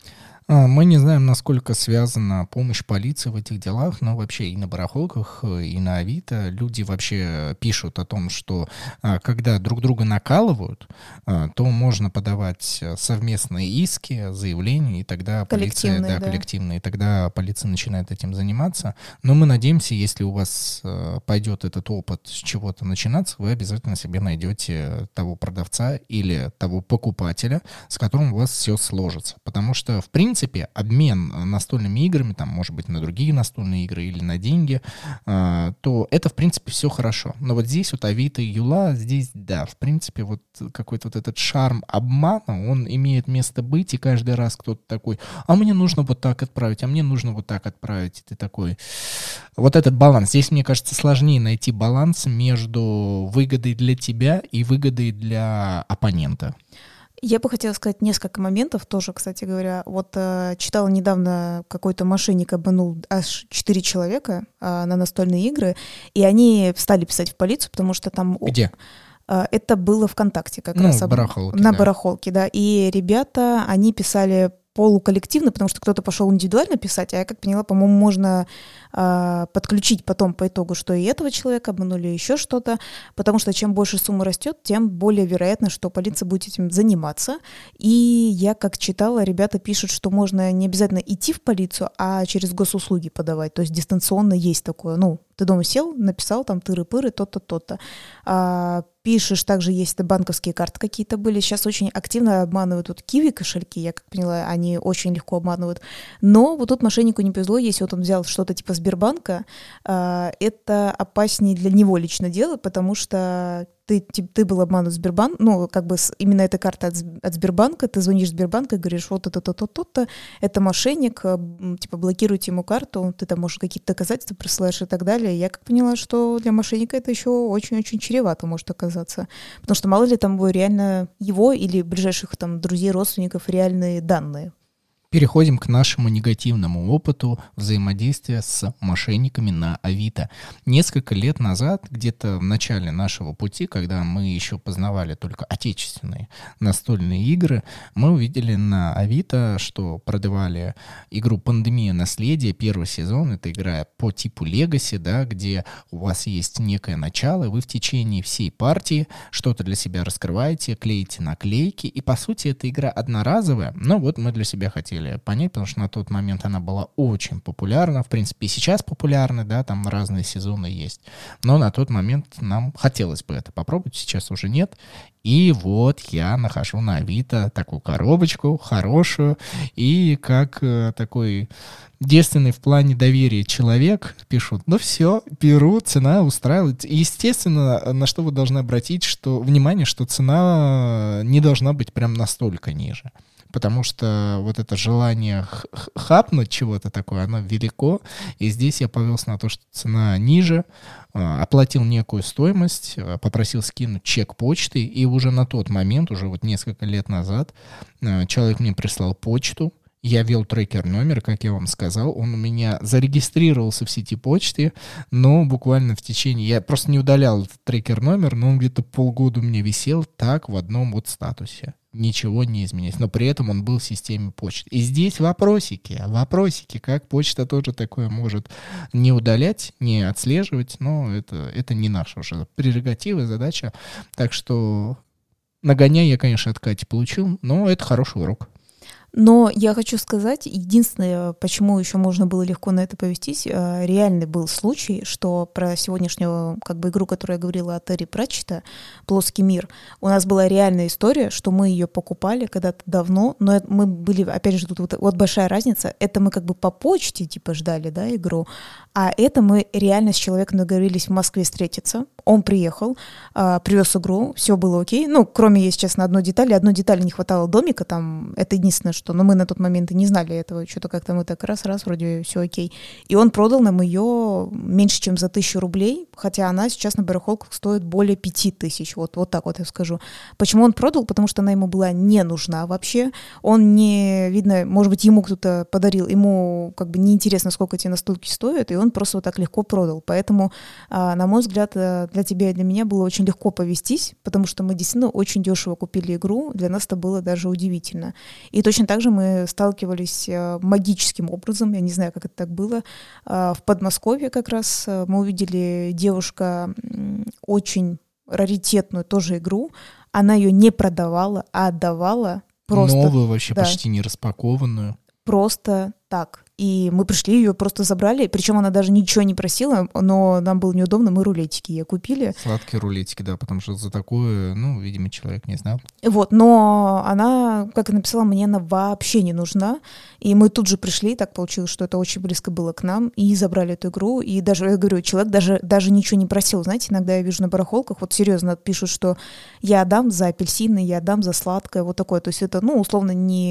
Мы не знаем, насколько связана помощь полиции в этих делах, но вообще и на барахолках, и на Авито люди вообще пишут о том, что когда друг друга накалывают, то можно подавать совместные иски, заявления, и тогда полиция, коллективные, и тогда полиция начинает этим заниматься. Но мы надеемся, если у вас пойдет этот опыт с чего-то начинаться, вы обязательно себе найдете того продавца или того покупателя, с которым у вас все сложится. Потому что, в принципе, обмен настольными играми, там, может быть, на другие настольные игры или на деньги, то это, в принципе, все хорошо. Но вот здесь вот Авито и Юла, здесь, да, в принципе, вот какой-то вот этот шарм обмана, он имеет место быть, и каждый раз кто-то такой, а мне нужно вот так отправить, а мне нужно вот так отправить, и ты такой... Вот этот баланс. Здесь, мне кажется, сложнее найти баланс между выгодой для тебя и выгодой для оппонента. Я бы хотела сказать несколько моментов тоже, кстати говоря. Вот читала недавно, какой-то мошенник обманул аж 4 человека на настольные игры, и они стали писать в полицию, потому что там... Где? Это было ВКонтакте как раз. Барахолке, на барахолке, да. И ребята, они писали полуколлективно, потому что кто-то пошел индивидуально писать, а я как поняла, по-моему, можно подключить потом по итогу, что и этого человека обманули, еще что-то, потому что чем больше сумма растет, тем более вероятно, что полиция будет этим заниматься. И я как читала, ребята пишут, что можно не обязательно идти в полицию, а через госуслуги подавать, то есть дистанционно есть такое, ну, ты дома сел, написал там тыры-пыры, то-то, то-то. Пишешь, также есть банковские карты какие-то были. Сейчас очень активно обманывают вот Киви кошельки, я как поняла, они очень легко обманывают. Но вот тут мошеннику не повезло, если вот он взял что-то типа Сбербанка, это опаснее для него лично делать, потому что ты был обманут Сбербанк, ну, как бы именно эта карта от Сбербанка, ты звонишь в Сбербанк и говоришь, вот это, то-то, это мошенник, типа, блокируйте ему карту, ты там, может, какие-то доказательства присылаешь и так далее. Я как поняла, что для мошенника это еще очень-очень чревато может оказаться, потому что мало ли там реально его или ближайших там друзей, родственников реальные данные. Переходим к нашему негативному опыту взаимодействия с мошенниками на Авито. Несколько лет назад, где-то в начале нашего пути, когда мы еще познавали только отечественные настольные игры, мы увидели на Авито, что продавали игру «Пандемия. Наследие», первый сезон. Это игра по типу Legacy, да, где у вас есть некое начало, и вы в течение всей партии что-то для себя раскрываете, клеите наклейки, и по сути эта игра одноразовая, но вот мы для себя хотели понять, потому что на тот момент она была очень популярна, в принципе и сейчас популярна, да, там разные сезоны есть, но на тот момент нам хотелось бы это попробовать, сейчас уже нет, и вот я нахожу на Авито такую коробочку хорошую, и как такой девственный в плане доверия человек пишут, ну все, беру, цена устраивает. И, естественно, на что вы должны обратить внимание, что цена не должна быть прям настолько ниже. Потому что вот это желание хапнуть чего-то такое, оно велико. И здесь я повелся на то, что цена ниже, оплатил некую стоимость, попросил скинуть чек почты, и уже на тот момент, уже вот несколько лет назад, человек мне прислал почту. Я ввел трекер-номер, как я вам сказал, он у меня зарегистрировался в сети почты, но буквально в течение... Я просто не удалял этот трекер-номер, но он где-то полгода у меня висел так в одном вот статусе. Ничего не изменилось, но при этом он был в системе почты. И здесь вопросики, как почта тоже такое может не удалять, не отслеживать, но это не наша уже прерогатива, задача. Так что нагоняй я, конечно, от Кати получил, но это хороший урок. Но я хочу сказать, единственное, почему еще можно было легко на это повестись, реальный был случай, что про сегодняшнюю как бы игру, которую я говорила о Терри Пратчетта, «Плоский мир», у нас была реальная история, что мы ее покупали когда-то давно, но мы были, опять же, тут вот большая разница, это мы как бы по почте типа ждали, да, игру, а это мы реально с человеком договорились в Москве встретиться, он приехал, привез игру, все было окей, ну, кроме, если честно, одной детали не хватало домика, там, это единственное, что, но мы на тот момент и не знали этого, что-то как-то мы так раз, вроде все окей. И он продал нам ее меньше, чем за 1000 рублей, хотя она сейчас на барахолках стоит более 5000, вот так вот я скажу. Почему он продал? Потому что она ему была не нужна вообще, он не, видно, может быть, ему кто-то подарил, ему как бы неинтересно, сколько эти настолки стоят, и он просто вот так легко продал. Поэтому, на мой взгляд, для тебя и для меня было очень легко повестись, потому что мы действительно очень дешево купили игру, для нас это было даже удивительно. И точно так же мы сталкивались магическим образом, я не знаю, как это так было, в Подмосковье как раз мы увидели девушка очень раритетную тоже игру, она ее не продавала, а отдавала просто. Новую вообще, да, почти не распакованную. Просто так. И мы пришли, ее просто забрали, причем она даже ничего не просила, но нам было неудобно, мы рулетики ей купили. Сладкие рулетики, да, потому что за такое, ну, видимо, человек не знал. Вот, но она, как и написала, мне она вообще не нужна, и мы тут же пришли, так получилось, что это очень близко было к нам, и забрали эту игру, и даже, я говорю, человек даже ничего не просил, знаете, иногда я вижу на барахолках, вот серьезно пишут, что я отдам за апельсины, я отдам за сладкое, вот такое, то есть это, ну, условно,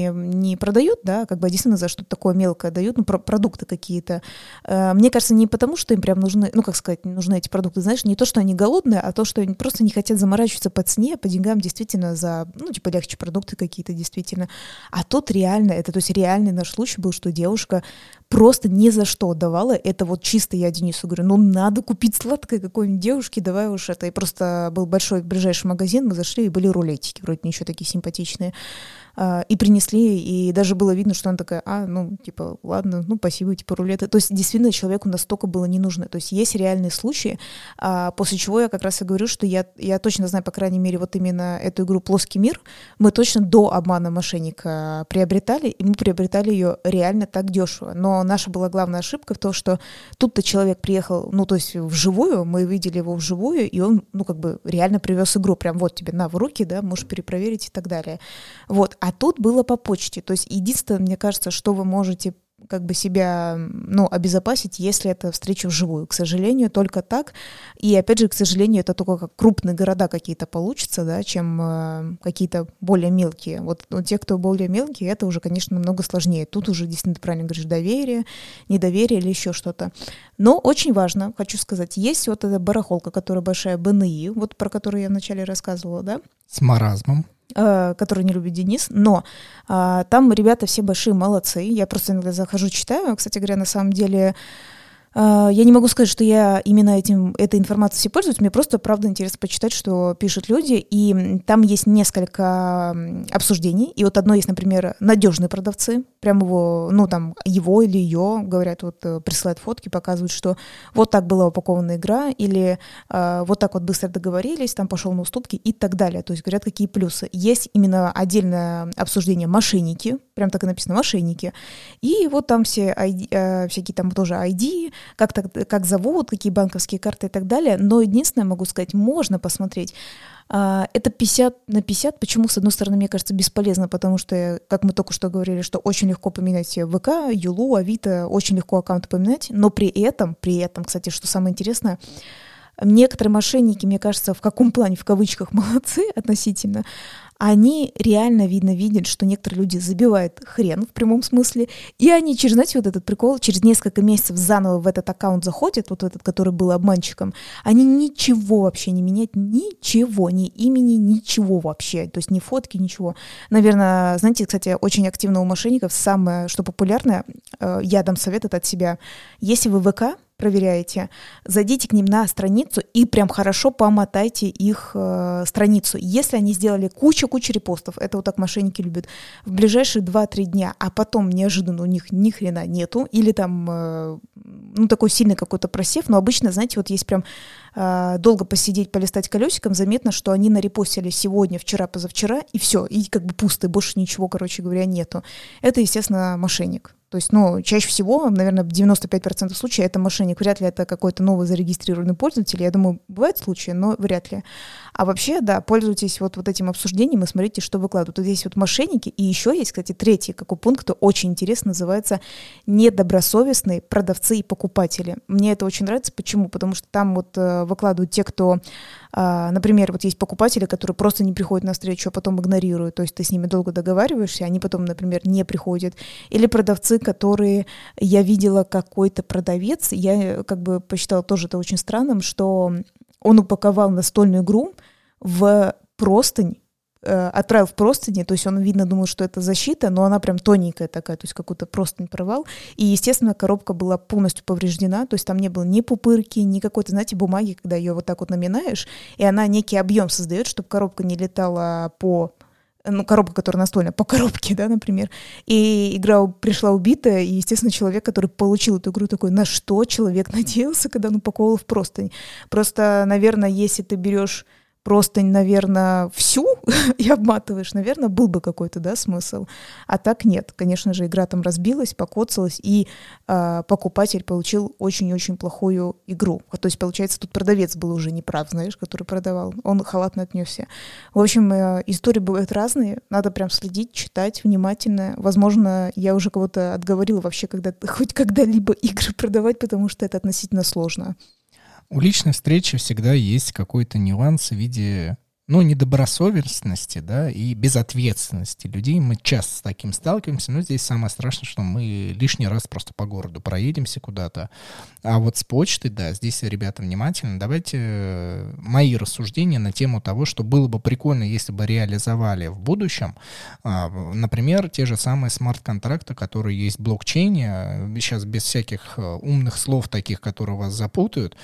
не продают, да, как бы действительно за что-то такое мелкое дают, ну, продукты какие-то. Мне кажется, не потому, что им прям нужны, ну, как сказать, нужны эти продукты, знаешь, не то, что они голодные, а то, что они просто не хотят заморачиваться по цене, по деньгам действительно за, ну, типа, легче продукты какие-то действительно. А тут реально, это, то есть реальный наш случай был, что девушка просто ни за что давала, это вот чисто я Денису говорю, ну, надо купить сладкое какой-нибудь девушке, давай уж это. И просто был большой ближайший магазин, мы зашли, и были рулетики, вроде ничего такие симпатичные. И принесли, и даже было видно, что она такая, ну, типа, ладно, ну, спасибо, типа, рулеты. То есть, действительно, человеку настолько было не нужно. То есть, есть реальные случаи, после чего я как раз и говорю, что я точно знаю, по крайней мере, вот именно эту игру «Плоский мир» мы точно до обмана мошенника приобретали, и мы приобретали ее реально так дешево. Но наша была главная ошибка в том, что тут-то человек приехал, ну, то есть, вживую, мы видели его вживую, и он, ну, как бы, реально привез игру, прям вот тебе, на, в руки, да, можешь перепроверить и так далее. Вот. А тут было по почте. То есть единственное, мне кажется, что вы можете как бы себя, ну, обезопасить, если это встреча вживую. К сожалению, только так. И опять же, к сожалению, это только как крупные города какие-то получатся, да, чем какие-то более мелкие. Вот те, кто более мелкие, это уже, конечно, намного сложнее. Тут уже действительно, ты правильно говоришь, доверие, недоверие или еще что-то. Но очень важно, хочу сказать, есть вот эта барахолка, которая большая, БНИ, вот про которую я вначале рассказывала, да? С маразмом. Который не любит Денис, но там ребята все большие молодцы, я просто иногда захожу, читаю, кстати говоря, на самом деле я не могу сказать, что я именно этой информацией все пользуюсь, мне просто, правда, интересно почитать, что пишут люди, и там есть несколько обсуждений, и вот одно есть, например, надежные продавцы, прям его, ну, там, его или ее, говорят, вот, присылают фотки, показывают, что вот так была упакована игра, или вот так вот быстро договорились, там пошел на уступки и так далее, то есть говорят, какие плюсы. Есть именно отдельное обсуждение мошенники, прям так и написано, мошенники, и вот там все всякие там тоже ID, как зовут, какие банковские карты и так далее. Но единственное, могу сказать, можно посмотреть. Это 50/50. Почему, с одной стороны, мне кажется, бесполезно, потому что, как мы только что говорили, что очень легко поменять ВК, Юлу, Авито, очень легко аккаунты поменять, но при этом, кстати, что самое интересное, некоторые мошенники, мне кажется, в каком плане, в кавычках, молодцы относительно, они реально видят, что некоторые люди забивают хрен в прямом смысле, и они знаете, вот этот прикол, через несколько месяцев заново в этот аккаунт заходят, вот этот, который был обманщиком, они ничего вообще не меняют, ничего, ни имени, ничего вообще, то есть ни фотки, ничего. Наверное, знаете, кстати, очень активно у мошенников самое, что популярное, я дам совет это от себя, если вы ВК, проверяете, зайдите к ним на страницу и прям хорошо помотайте их страницу. Если они сделали кучу репостов, это вот так мошенники любят, в ближайшие 2-3 дня, а потом неожиданно у них ни хрена нету, или там, такой сильный какой-то просев, но обычно, знаете, вот есть прям долго посидеть, полистать колесиком, заметно, что они нарепостили сегодня, вчера, позавчера, и все, и как бы пусто, больше ничего, короче говоря, нету. Это, естественно, мошенник. То есть, чаще всего, наверное, в 95% случаев это мошенник. Вряд ли это какой-то новый зарегистрированный пользователь. Я думаю, бывают случаи, но вряд ли. А вообще, да, пользуйтесь вот этим обсуждением и смотрите, что выкладывают. Тут есть вот мошенники, и еще есть, кстати, третий какой пункт, очень интересно, называется недобросовестные продавцы и покупатели. Мне это очень нравится. Почему? Потому что там вот выкладывают те, кто, например, вот есть покупатели, которые просто не приходят на встречу, а потом игнорируют. То есть ты с ними долго договариваешься, они потом, например, не приходят. Или продавцы, которые я видела, какой-то продавец, я как бы посчитала тоже это очень странным, что он упаковал настольную игру в простынь, отправил в простыни, то есть он, видно, думал, что это защита, но она прям тоненькая такая, то есть какую-то простынь порвал, и, естественно, коробка была полностью повреждена, то есть там не было ни пупырки, ни какой-то, знаете, бумаги, когда ее вот так вот наминаешь, и она некий объем создает, чтобы коробка не летала коробка, которая настольная, по коробке, да, например, и игра пришла убитая, и, естественно, человек, который получил эту игру, такой, на что человек надеялся, когда он упаковывал в простынь. Просто, наверное, если ты берешь простынь, наверное, всю и обматываешь, наверное, был бы какой-то, да, смысл. А так нет. Конечно же, игра там разбилась, покоцалась, и покупатель получил очень-очень плохую игру. То есть, получается, тут продавец был уже неправ, знаешь, который продавал. Он халатно отнесся. В общем, истории бывают разные. Надо прям следить, читать внимательно. Возможно, я уже кого-то отговорила вообще хоть когда-либо игры продавать, потому что это относительно сложно. У личной встречи всегда есть какой-то нюанс в виде, недобросовестности, да, и безответственности людей. Мы часто с таким сталкиваемся, но здесь самое страшное, что мы лишний раз просто по городу проедемся куда-то. А вот с почтой, да, здесь, ребята, внимательно. Давайте мои рассуждения на тему того, что было бы прикольно, если бы реализовали в будущем, например, те же самые смарт-контракты, которые есть в блокчейне, сейчас без всяких умных слов таких, которые вас запутают.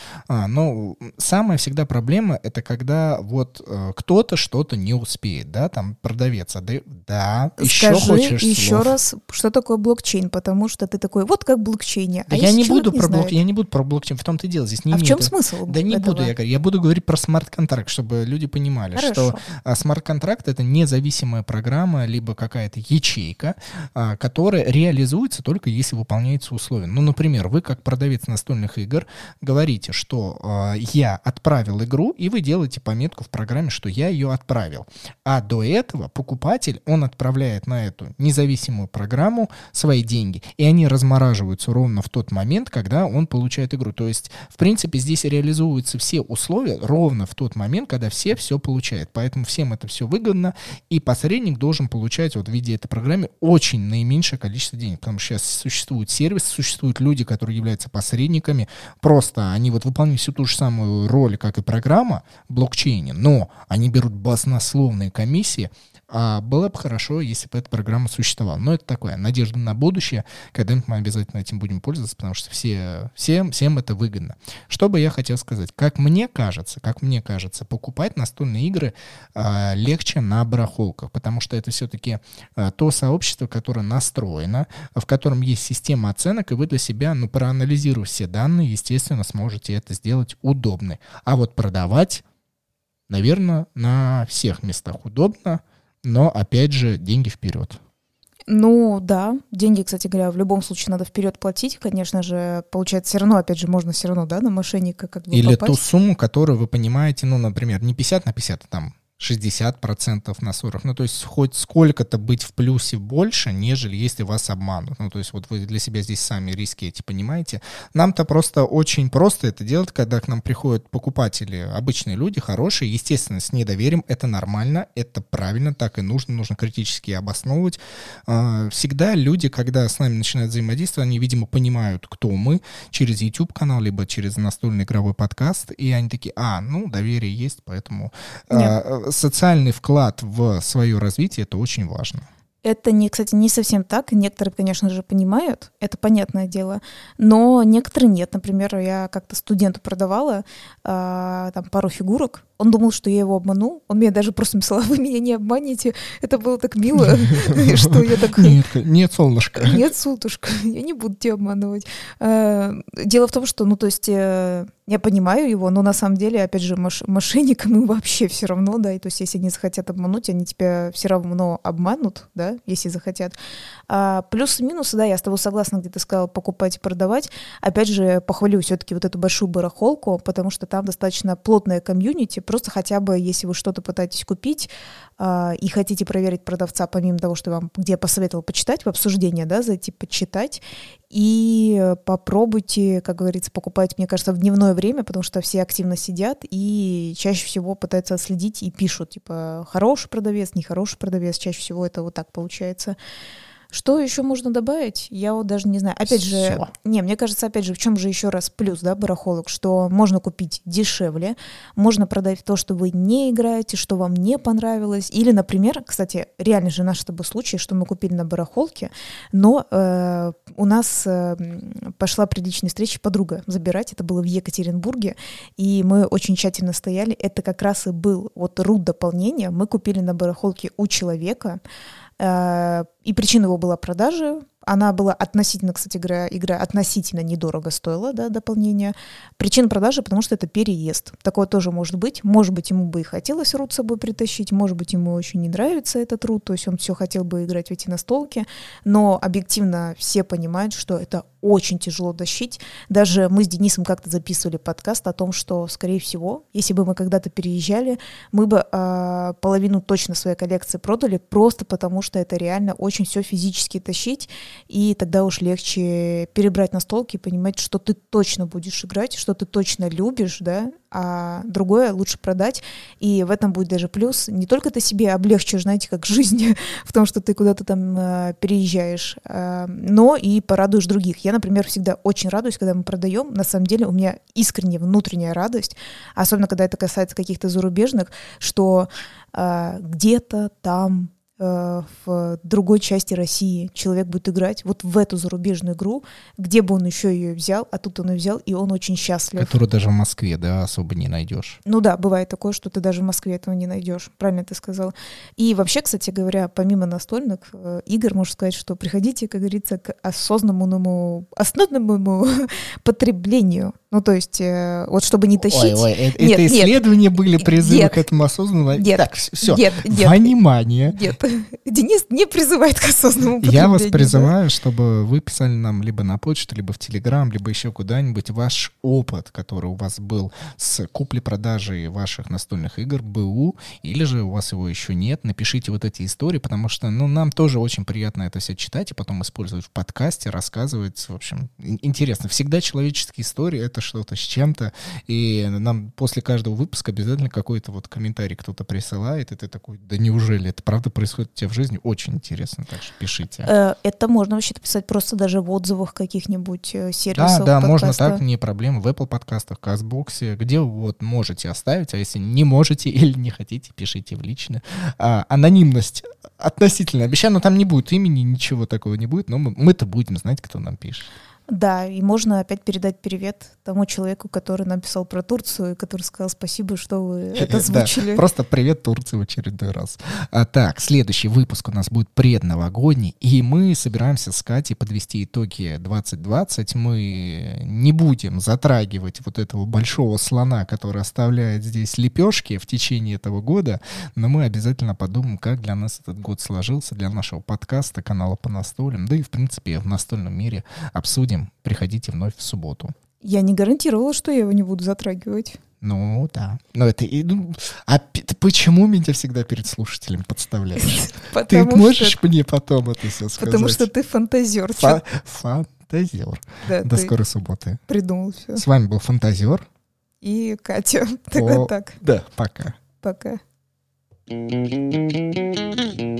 Но самая всегда проблема — это когда вот кто-то что-то не успеет, да, там продавец отдает, да, еще хочешь Скажи еще слов. раз, что такое блокчейн, потому что ты такой, вот как в блокчейне. Да я не буду про блокчейн, в том-то и дело, здесь не имеет. В чем смысл? Да не буду я говорить, я буду говорить про смарт-контракт, чтобы люди понимали, Хорошо. что смарт-контракт — это независимая программа, либо какая-то ячейка, которая реализуется только если выполняются условия. Например, вы как продавец настольных игр говорите, что я отправил игру, и вы делаете пометку в программе, что я ее отправил. А до этого покупатель, он отправляет на эту независимую программу свои деньги, и они размораживаются ровно в тот момент, когда он получает игру. То есть, в принципе, здесь реализуются все условия ровно в тот момент, когда все получают. Поэтому всем это все выгодно, и посредник должен получать вот в виде этой программы очень наименьшее количество денег, потому что сейчас существует сервис, существуют люди, которые являются посредниками, просто они вот выполняют всю ту же самую роль, как и программа в блокчейне, но они берут баснословные комиссии, а было бы хорошо, если бы эта программа существовала. Но это такое, надежда на будущее. Когда-нибудь мы обязательно этим будем пользоваться, потому что всем это выгодно. Что бы я хотел сказать? Как мне кажется, покупать настольные игры легче на барахолках, потому что это все-таки то сообщество, которое настроено, в котором есть система оценок, и вы для себя, проанализируя все данные, естественно, сможете это сделать удобно. А вот продавать, наверное, на всех местах удобно, но, опять же, деньги вперед. Да, деньги, кстати говоря, в любом случае надо вперед платить, конечно же, получается, все равно, опять же, можно все равно, да, на мошенника как бы или попасть. Ту сумму, которую вы понимаете, например, не 50 на 50, а там 60% на 40%. То есть хоть сколько-то быть в плюсе больше, нежели если вас обманут. То есть вот вы для себя здесь сами риски эти понимаете. Нам-то просто очень просто это делать, когда к нам приходят покупатели, обычные люди, хорошие, естественно, с недоверием. Это нормально, это правильно, так и нужно критически обосновывать. Всегда люди, когда с нами начинают взаимодействовать, они, видимо, понимают, кто мы, через YouTube-канал, либо через настольный игровой подкаст, и они такие, доверие есть, поэтому... социальный вклад в свое развитие — это очень важно. Это, кстати, не совсем так. Некоторые, конечно же, понимают, это понятное дело, но некоторые нет. Например, я как-то студенту продавала там пару фигурок. Он думал, что я его обманул. Он мне даже просто написал: вы меня не обманете. Это было так мило, что я так... Нет, солнышко. Нет, солнышко, я не буду тебя обманывать. Дело в том, что, я понимаю его, но на самом деле, опять же, мошенникам им вообще все равно, да, и то есть если они захотят обмануть, они тебя все равно обманут, да, если захотят. Плюсы и минусы, да, я с тобой согласна, где ты сказала покупать и продавать. Опять же, похвалю все-таки вот эту большую барахолку, потому что там достаточно плотная комьюнити, просто хотя бы, если вы что-то пытаетесь купить и хотите проверить продавца, помимо того, что вам, где я посоветовала почитать, в обсуждение, да, зайти почитать, и попробуйте, как говорится, покупать, мне кажется, в дневное время, потому что все активно сидят и чаще всего пытаются отследить и пишут, типа, хороший продавец, нехороший продавец, чаще всего это вот так получается. Что еще можно добавить? Я вот даже не знаю. Опять же, мне кажется, опять же, в чем же еще раз плюс, да, барахолок, что можно купить дешевле, можно продать то, что вы не играете, что вам не понравилось. Или, например, кстати, реально же наш с тобой случай, что мы купили на барахолке, но у нас пошла при личной встрече подруга забирать, это было в Екатеринбурге, и мы очень тщательно стояли. Это как раз и был вот рут дополнения. Мы купили на барахолке у человека, и причина его была продажи. Она была относительно, кстати говоря, игра относительно недорого стоила, да, дополнение. Причина продажи, потому что это переезд. Такое тоже может быть. Может быть, ему бы и хотелось рут с собой притащить, может быть, ему очень не нравится этот рут, то есть он все хотел бы играть в эти настолки, но объективно все понимают, что это очень тяжело тащить. Даже мы с Денисом как-то записывали подкаст о том, что, скорее всего, если бы мы когда-то переезжали, мы бы половину точно своей коллекции продали, просто потому что это реально очень все физически тащить, и тогда уж легче перебрать настолки и понимать, что ты точно будешь играть, что ты точно любишь, да, а другое лучше продать, и в этом будет даже плюс. Не только ты себе облегчишь, знаете, как жизнь в том, что ты куда-то там переезжаешь, но и порадуешь других. Я, например, всегда очень радуюсь, когда мы продаем. На самом деле у меня искренняя внутренняя радость, особенно когда это касается каких-то зарубежных, что где-то там в другой части России человек будет играть вот в эту зарубежную игру, где бы он еще ее взял, а тут он ее взял, и он очень счастлив. Которую даже в Москве, да, особо не найдешь. Ну да, бывает такое, что ты даже в Москве этого не найдешь. Правильно ты сказал. И вообще, кстати говоря, помимо настольных игр, можно сказать, что приходите, как говорится, к осознанному потреблению. Ну, то есть, вот чтобы не тащить... Это исследования были, призывы к этому осознанному... Нет, так, все, внимание. Нет, Денис не призывает к осознанному потреблению. Я вас призываю, чтобы вы писали нам либо на почту, либо в Телеграм, либо еще куда-нибудь ваш опыт, который у вас был с купли-продажей ваших настольных игр, БУ, или же у вас его еще нет. Напишите вот эти истории, потому что, нам тоже очень приятно это все читать и потом использовать в подкасте, рассказывать. В общем, интересно. Всегда человеческие истории — это что-то с чем-то, и нам после каждого выпуска обязательно какой-то вот комментарий кто-то присылает, и ты такой: да неужели это правда происходит у тебя в жизни? Очень интересно, так что пишите. Это можно вообще писать просто даже в отзывах каких-нибудь сервисов. Да, можно так, не проблема, в Apple подкастах, Кастбоксе, где вы вот можете оставить, а если не можете или не хотите, пишите в личное. Анонимность относительно обещаю, но там не будет имени, ничего такого не будет, но мы-то будем знать, кто нам пишет. Да, и можно опять передать привет тому человеку, который написал про Турцию, и который сказал спасибо, что вы это озвучили. Да, просто привет Турции в очередной раз. Так, следующий выпуск у нас будет предновогодний, и мы собираемся с Катей подвести итоги 2020. Мы не будем затрагивать вот этого большого слона, который оставляет здесь лепешки в течение этого года, но мы обязательно подумаем, как для нас этот год сложился, для нашего подкаста, канала по настолям, да и, в принципе, в настольном мире обсудим. Приходите вновь в субботу. Я не гарантировала, что я его не буду затрагивать. Ну, да. Но это... ты почему меня всегда перед слушателем подставляешь? Ты можешь мне потом это все сказать? Потому что ты фантазер. Фантазер. До скорой субботы. Придумал все. С вами был Фантазер. И Катя. Тогда так. Да, пока. Пока.